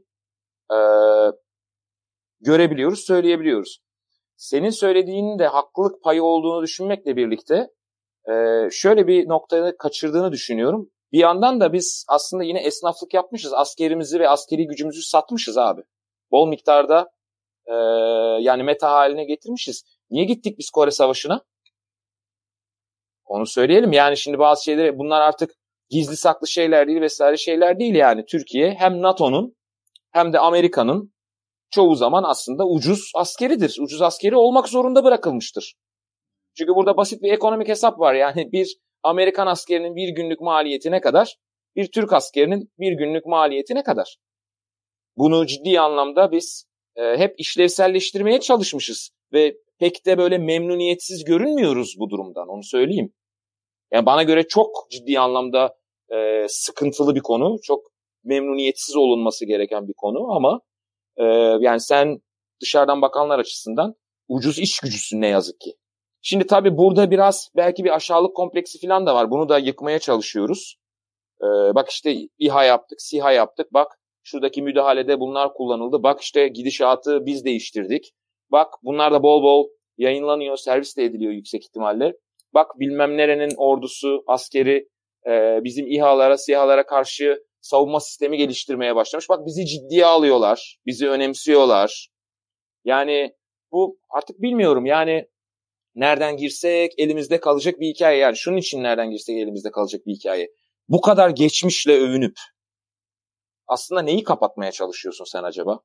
görebiliyoruz, söyleyebiliyoruz. Senin söylediğinin de haklılık payı olduğunu düşünmekle birlikte şöyle bir noktayı kaçırdığını düşünüyorum. Bir yandan da biz aslında yine esnaflık yapmışız. Askerimizi ve askeri gücümüzü satmışız abi. Bol miktarda yani meta haline getirmişiz. Niye gittik biz Kore Savaşı'na? Onu söyleyelim. Yani şimdi bazı şeyleri, bunlar artık gizli saklı şeyler değil vesaire şeyler değil yani. Türkiye hem NATO'nun hem de Amerika'nın çoğu zaman aslında ucuz askeridir. Ucuz askeri olmak zorunda bırakılmıştır. Çünkü burada basit bir ekonomik hesap var. Yani bir Amerikan askerinin bir günlük maliyeti ne kadar? Bir Türk askerinin bir günlük maliyeti ne kadar? Bunu ciddi anlamda biz hep işlevselleştirmeye çalışmışız. Ve pek de böyle memnuniyetsiz görünmüyoruz bu durumdan, onu söyleyeyim. Yani bana göre çok ciddi anlamda sıkıntılı bir konu. Çok memnuniyetsiz olunması gereken bir konu ama yani sen dışarıdan bakanlar açısından ucuz iş gücüsün ne yazık ki. Şimdi tabii burada biraz belki bir aşağılık kompleksi falan da var. Bunu da yıkmaya çalışıyoruz. Bak işte İHA yaptık, SİHA yaptık. Bak şuradaki müdahalede bunlar kullanıldı. Bak işte gidişatı biz değiştirdik. Bak bunlar da bol bol yayınlanıyor, servis de ediliyor yüksek ihtimalle. Bak bilmem nerenin ordusu, askeri bizim İHA'lara, SİHA'lara karşı savunma sistemi geliştirmeye başlamış. Bak bizi ciddiye alıyorlar, bizi önemsiyorlar. Yani bu artık bilmiyorum yani nereden girsek elimizde kalacak bir hikaye. Yani şunun için nereden girsek elimizde kalacak bir hikaye. Bu kadar geçmişle övünüp aslında neyi kapatmaya çalışıyorsun sen acaba?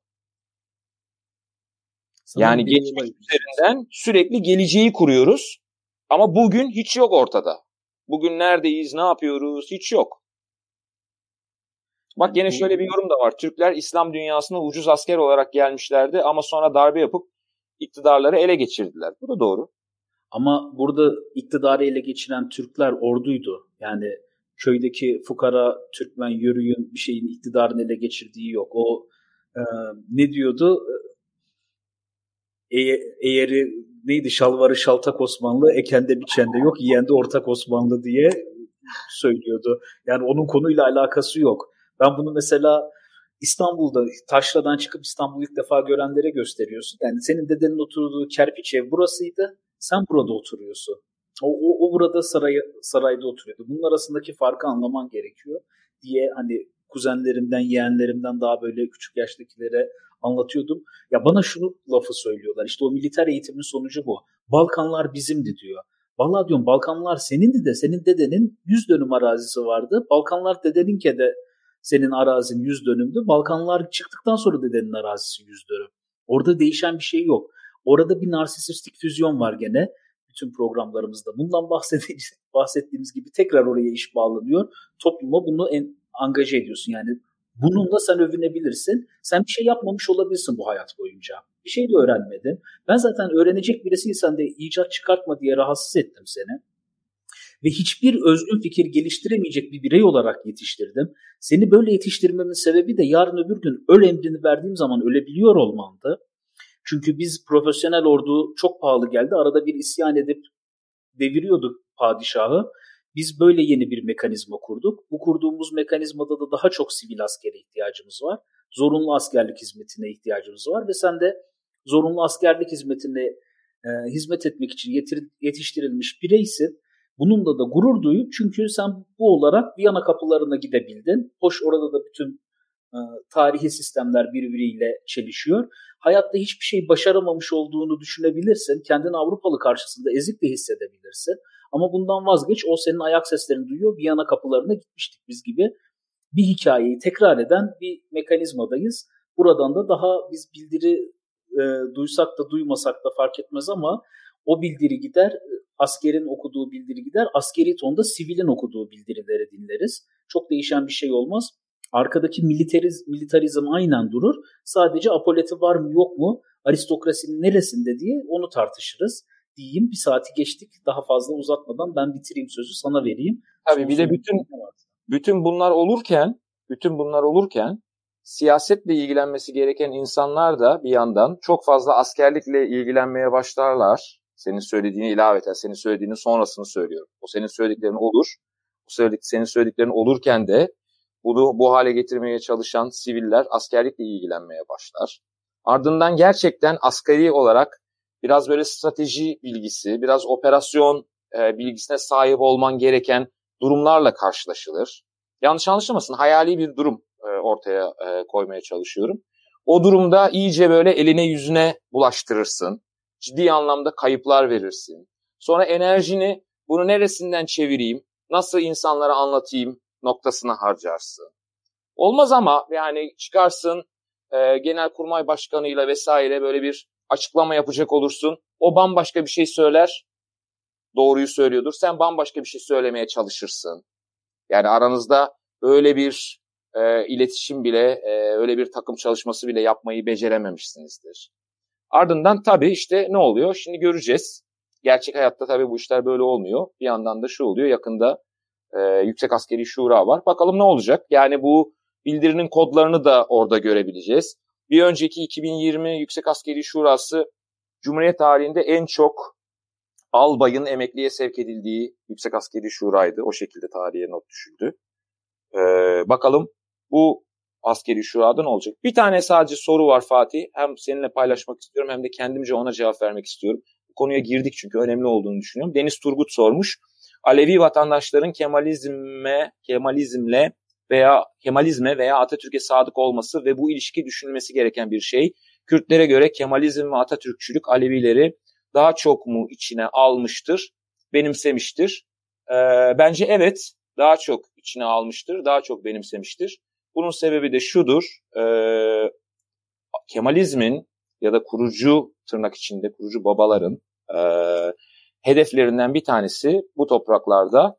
Yani geçmiş üzerinden sürekli geleceği kuruyoruz. Ama bugün hiç yok ortada. Bugün neredeyiz, ne yapıyoruz hiç yok. Bak yine şöyle bir yorum da var. Türkler İslam dünyasına ucuz asker olarak gelmişlerdi ama sonra darbe yapıp iktidarları ele geçirdiler. Bu da doğru. Ama burada iktidarı ele geçiren Türkler orduydu. Yani köydeki fukara, Türkmen, yörüğün bir şeyin iktidarını ele geçirdiği yok. O ne diyordu? Eğeri neydi? Şalvarı şaltak Osmanlı, ekende biçende yok, yiyende ortak Osmanlı diye söylüyordu. Yani onun konuyla alakası yok. Ben bunu mesela İstanbul'da Taşra'dan çıkıp İstanbul'u ilk defa görenlere gösteriyorsun. Yani senin dedenin oturduğu kerpiç ev burasıydı. Sen burada oturuyorsun. O burada sarayda oturuyordu. Bunun arasındaki farkı anlaman gerekiyor diye hani kuzenlerimden, yeğenlerimden daha böyle küçük yaştakilere anlatıyordum. Ya bana şunu lafı söylüyorlar. İşte o militer eğitimin sonucu bu. Balkanlar bizimdi diyor. Vallahi diyorum Balkanlar senindi de senin dedenin 100 dönüm arazisi vardı. Balkanlar dedeninki de senin arazin 100 dönümdü. Balkanlar çıktıktan sonra dedenin arazisi 100 dönüm. Orada değişen bir şey yok. Orada bir narsistik füzyon var gene bütün programlarımızda. Bundan bahsettiğimiz gibi tekrar oraya iş bağlanıyor. Topluma bunu angaje ediyorsun. Yani bununla sen övünebilirsin. Sen bir şey yapmamış olabilirsin bu hayat boyunca. Bir şey de öğrenmedin. Ben zaten öğrenecek birisiysen de icat çıkartma diye rahatsız ettim seni. Ve hiçbir özgün fikir geliştiremeyecek bir birey olarak yetiştirdim. Seni böyle yetiştirmemin sebebi de yarın öbür gün öl emrini verdiğim zaman ölebiliyor olmandı. Çünkü biz profesyonel ordu çok pahalı geldi. Arada bir isyan edip deviriyorduk padişahı. Biz böyle yeni bir mekanizma kurduk. Bu kurduğumuz mekanizmada da daha çok sivil askere ihtiyacımız var. Zorunlu askerlik hizmetine ihtiyacımız var ve sen de zorunlu askerlik hizmetine hizmet etmek için yetiştirilmiş bireysin. Bununla da gurur duyup, çünkü sen bu olarak Viyana kapılarına gidebildin. Hoş, orada da bütün tarihi sistemler birbiriyle çelişiyor. Hayatta hiçbir şey başaramamış olduğunu düşünebilirsin. Kendini Avrupalı karşısında ezik de hissedebilirsin. Ama bundan vazgeç, o senin ayak seslerini duyuyor. Viyana kapılarına gitmiştik biz gibi bir hikayeyi tekrar eden bir mekanizmadayız. Buradan da daha biz bildiri duysak da duymasak da fark etmez ama o bildiri gider, askerin okuduğu bildiri gider, askeri tonda sivilin okuduğu bildirileri dinleriz. Çok değişen bir şey olmaz. Arkadaki militarizm aynen durur. Sadece apoleti var mı yok mu, aristokrasinin neresinde diye onu tartışırız diyeyim. Bir saati geçtik. Daha fazla uzatmadan ben bitireyim, sözü sana vereyim. Tabii bir de bütün bunlar olurken siyasetle ilgilenmesi gereken insanlar da bir yandan çok fazla askerlikle ilgilenmeye başlarlar. Senin söylediğini ilaveten, senin söylediğinin sonrasını söylüyorum. O senin söylediklerin olur. Senin söylediklerin olurken de bunu bu hale getirmeye çalışan siviller askerlikle ilgilenmeye başlar. Ardından gerçekten asgari olarak biraz böyle strateji bilgisi, biraz operasyon bilgisine sahip olman gereken durumlarla karşılaşılır. Yanlış anlaşılmasın, hayali bir durum ortaya koymaya çalışıyorum. O durumda iyice böyle eline yüzüne bulaştırırsın. Ciddi anlamda kayıplar verirsin. Sonra enerjini bunu neresinden çevireyim, nasıl insanlara anlatayım noktasına harcarsın. Olmaz ama yani çıkarsın Genelkurmay Başkanı'yla vesaire böyle bir açıklama yapacak olursun. O bambaşka bir şey söyler, doğruyu söylüyordur. Sen bambaşka bir şey söylemeye çalışırsın. Yani aranızda öyle bir iletişim bile, öyle bir takım çalışması bile yapmayı becerememişsinizdir. Ardından tabii işte ne oluyor? Şimdi göreceğiz. Gerçek hayatta tabii bu işler böyle olmuyor. Bir yandan da şu oluyor, yakında Yüksek Askeri Şura var. Bakalım ne olacak? Yani bu bildirinin kodlarını da orada görebileceğiz. Bir önceki 2020 Yüksek Askeri Şurası Cumhuriyet tarihinde en çok albayın emekliye sevk edildiği Yüksek Askeri Şura'ydı. O şekilde tarihe not düşüldü. Bakalım bu Askeri Şura'da ne olacak? Bir tane sadece soru var Fatih. Hem seninle paylaşmak istiyorum hem de kendimce ona cevap vermek istiyorum. Bu konuya girdik çünkü önemli olduğunu düşünüyorum. Deniz Turgut sormuş. Alevi vatandaşların Kemalizme veya Atatürk'e sadık olması ve bu ilişki düşünülmesi gereken bir şey. Kürtlere göre Kemalizm ve Atatürkçülük Alevileri daha çok mu içine almıştır, benimsemiştir? Bence evet, daha çok içine almıştır, daha çok benimsemiştir. Bunun sebebi de şudur, Kemalizmin ya da kurucu tırnak içinde kurucu babaların hedeflerinden bir tanesi bu topraklarda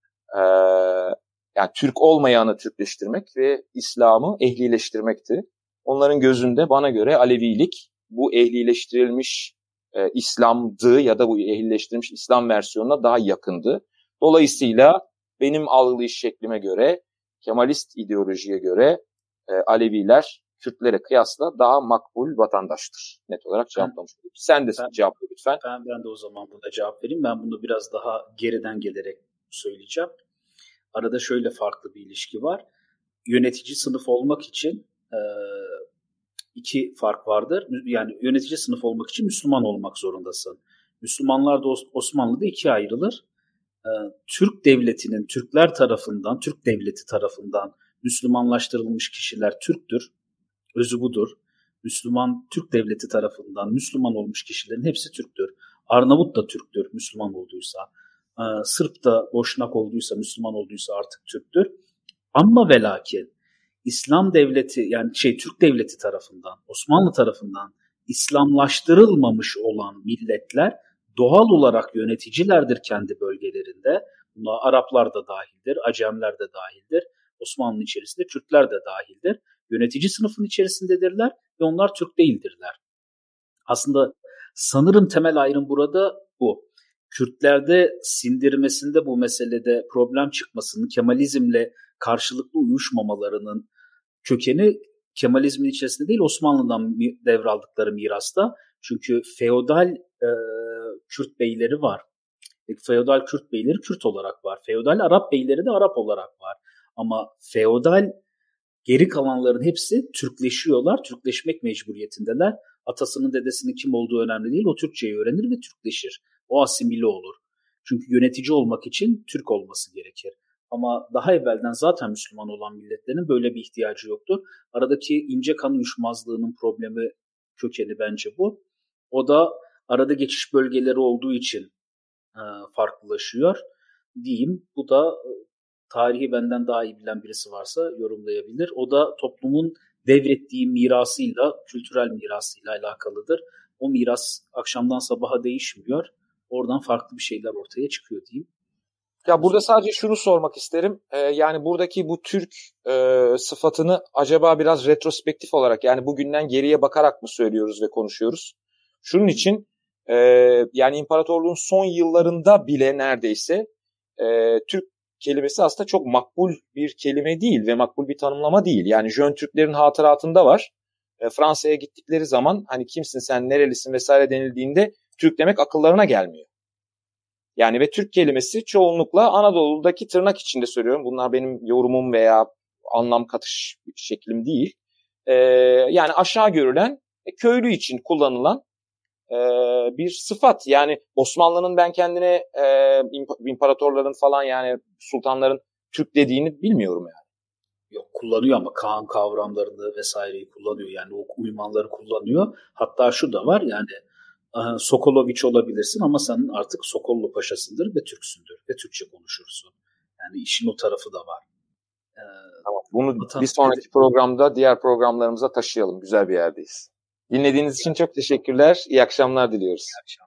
yani Türk olmayanı Türkleştirmek ve İslam'ı ehlileştirmekti. Onların gözünde bana göre Alevilik bu ehlileştirilmiş İslam'dı ya da bu ehlileştirilmiş İslam versiyonuna daha yakındı. Dolayısıyla benim algılayış şeklime göre, Kemalist ideolojiye göre Aleviler Kürtlere kıyasla daha makbul vatandaştır. Net olarak cevaplamış olayım. Sen de cevapla lütfen. Ben de o zaman burada cevap vereyim. Ben bunu biraz daha geriden gelerek söyleyeceğim. Arada şöyle farklı bir ilişki var. Yönetici sınıf olmak için iki fark vardır. Yani yönetici sınıf olmak için Müslüman olmak zorundasın. Müslümanlar da Osmanlı'da ikiye ayrılır. Türk devletinin, Türkler tarafından, Türk devleti tarafından Müslümanlaştırılmış kişiler Türktür. Özü budur. Türk devleti tarafından Müslüman olmuş kişilerin hepsi Türktür. Arnavut da Türktür Müslüman olduysa. Sırp da Boşnak olduysa, Müslüman olduysa artık Türktür. Ama ve lakin İslam devleti, yani Türk devleti tarafından, Osmanlı tarafından İslamlaştırılmamış olan milletler doğal olarak yöneticilerdir kendi bölgelerinde. Buna Araplar da dahildir, Acemler de dahildir. Osmanlı içerisinde Kürtler de dahildir. Yönetici sınıfın içerisindedirler ve onlar Türk değildirler. Aslında sanırım temel ayrım burada bu. Kürtlerde sindirmesinde bu meselede problem çıkmasının, Kemalizmle karşılıklı uyuşmamalarının kökeni Kemalizmin içerisinde değil, Osmanlı'dan devraldıkları mirasta. Çünkü feodal Kürt beyleri var. Feodal Kürt beyleri Kürt olarak var. Feodal Arap beyleri de Arap olarak var. Ama feodal geri kalanların hepsi Türkleşiyorlar. Türkleşmek mecburiyetindeler. Atasının dedesinin kim olduğu önemli değil. O Türkçeyi öğrenir ve Türkleşir. O asimile olur. Çünkü yönetici olmak için Türk olması gerekir. Ama daha evvelden zaten Müslüman olan milletlerin böyle bir ihtiyacı yoktur. Aradaki ince kan uyuşmazlığının problemi, kökeni bence bu. O da arada geçiş bölgeleri olduğu için farklılaşıyor diyeyim. Bu da tarihi benden daha iyi bilen birisi varsa yorumlayabilir. O da toplumun devrettiği mirasıyla, kültürel mirasıyla alakalıdır. O miras akşamdan sabaha değişmiyor. Oradan farklı bir şeyler ortaya çıkıyor diyeyim. Ya burada sadece şunu sormak isterim. Yani buradaki bu Türk sıfatını acaba biraz retrospektif olarak, yani bugünden geriye bakarak mı söylüyoruz ve konuşuyoruz? Şunun için yani imparatorluğun son yıllarında bile neredeyse Türk kelimesi aslında çok makbul bir kelime değil ve makbul bir tanımlama değil. Yani Jön Türklerin hatıratında var. Fransa'ya gittikleri zaman hani kimsin sen, nerelisin vesaire denildiğinde Türk demek akıllarına gelmiyor. Yani ve Türk kelimesi çoğunlukla Anadolu'daki, tırnak içinde söylüyorum, bunlar benim yorumum veya anlam katış şeklim değil. Yani aşağı görülen, köylü için kullanılan bir sıfat. Yani Osmanlı'nın ben kendine imparatorların falan, yani sultanların Türk dediğini bilmiyorum yani. Yok, kullanıyor ama Kaan kavramlarını vesaireyi kullanıyor. Yani o uymanları kullanıyor. Hatta şu da var, yani Sokoloviç olabilirsin ama sen artık Sokollu Paşasındır ve Türksündür ve Türkçe konuşursun. Yani işin o tarafı da var. Tamam. Bunu bir sonraki programda diğer programlarımıza taşıyalım. Güzel bir yerdeyiz. Dinlediğiniz için çok teşekkürler. İyi akşamlar diliyoruz. İyi akşamlar.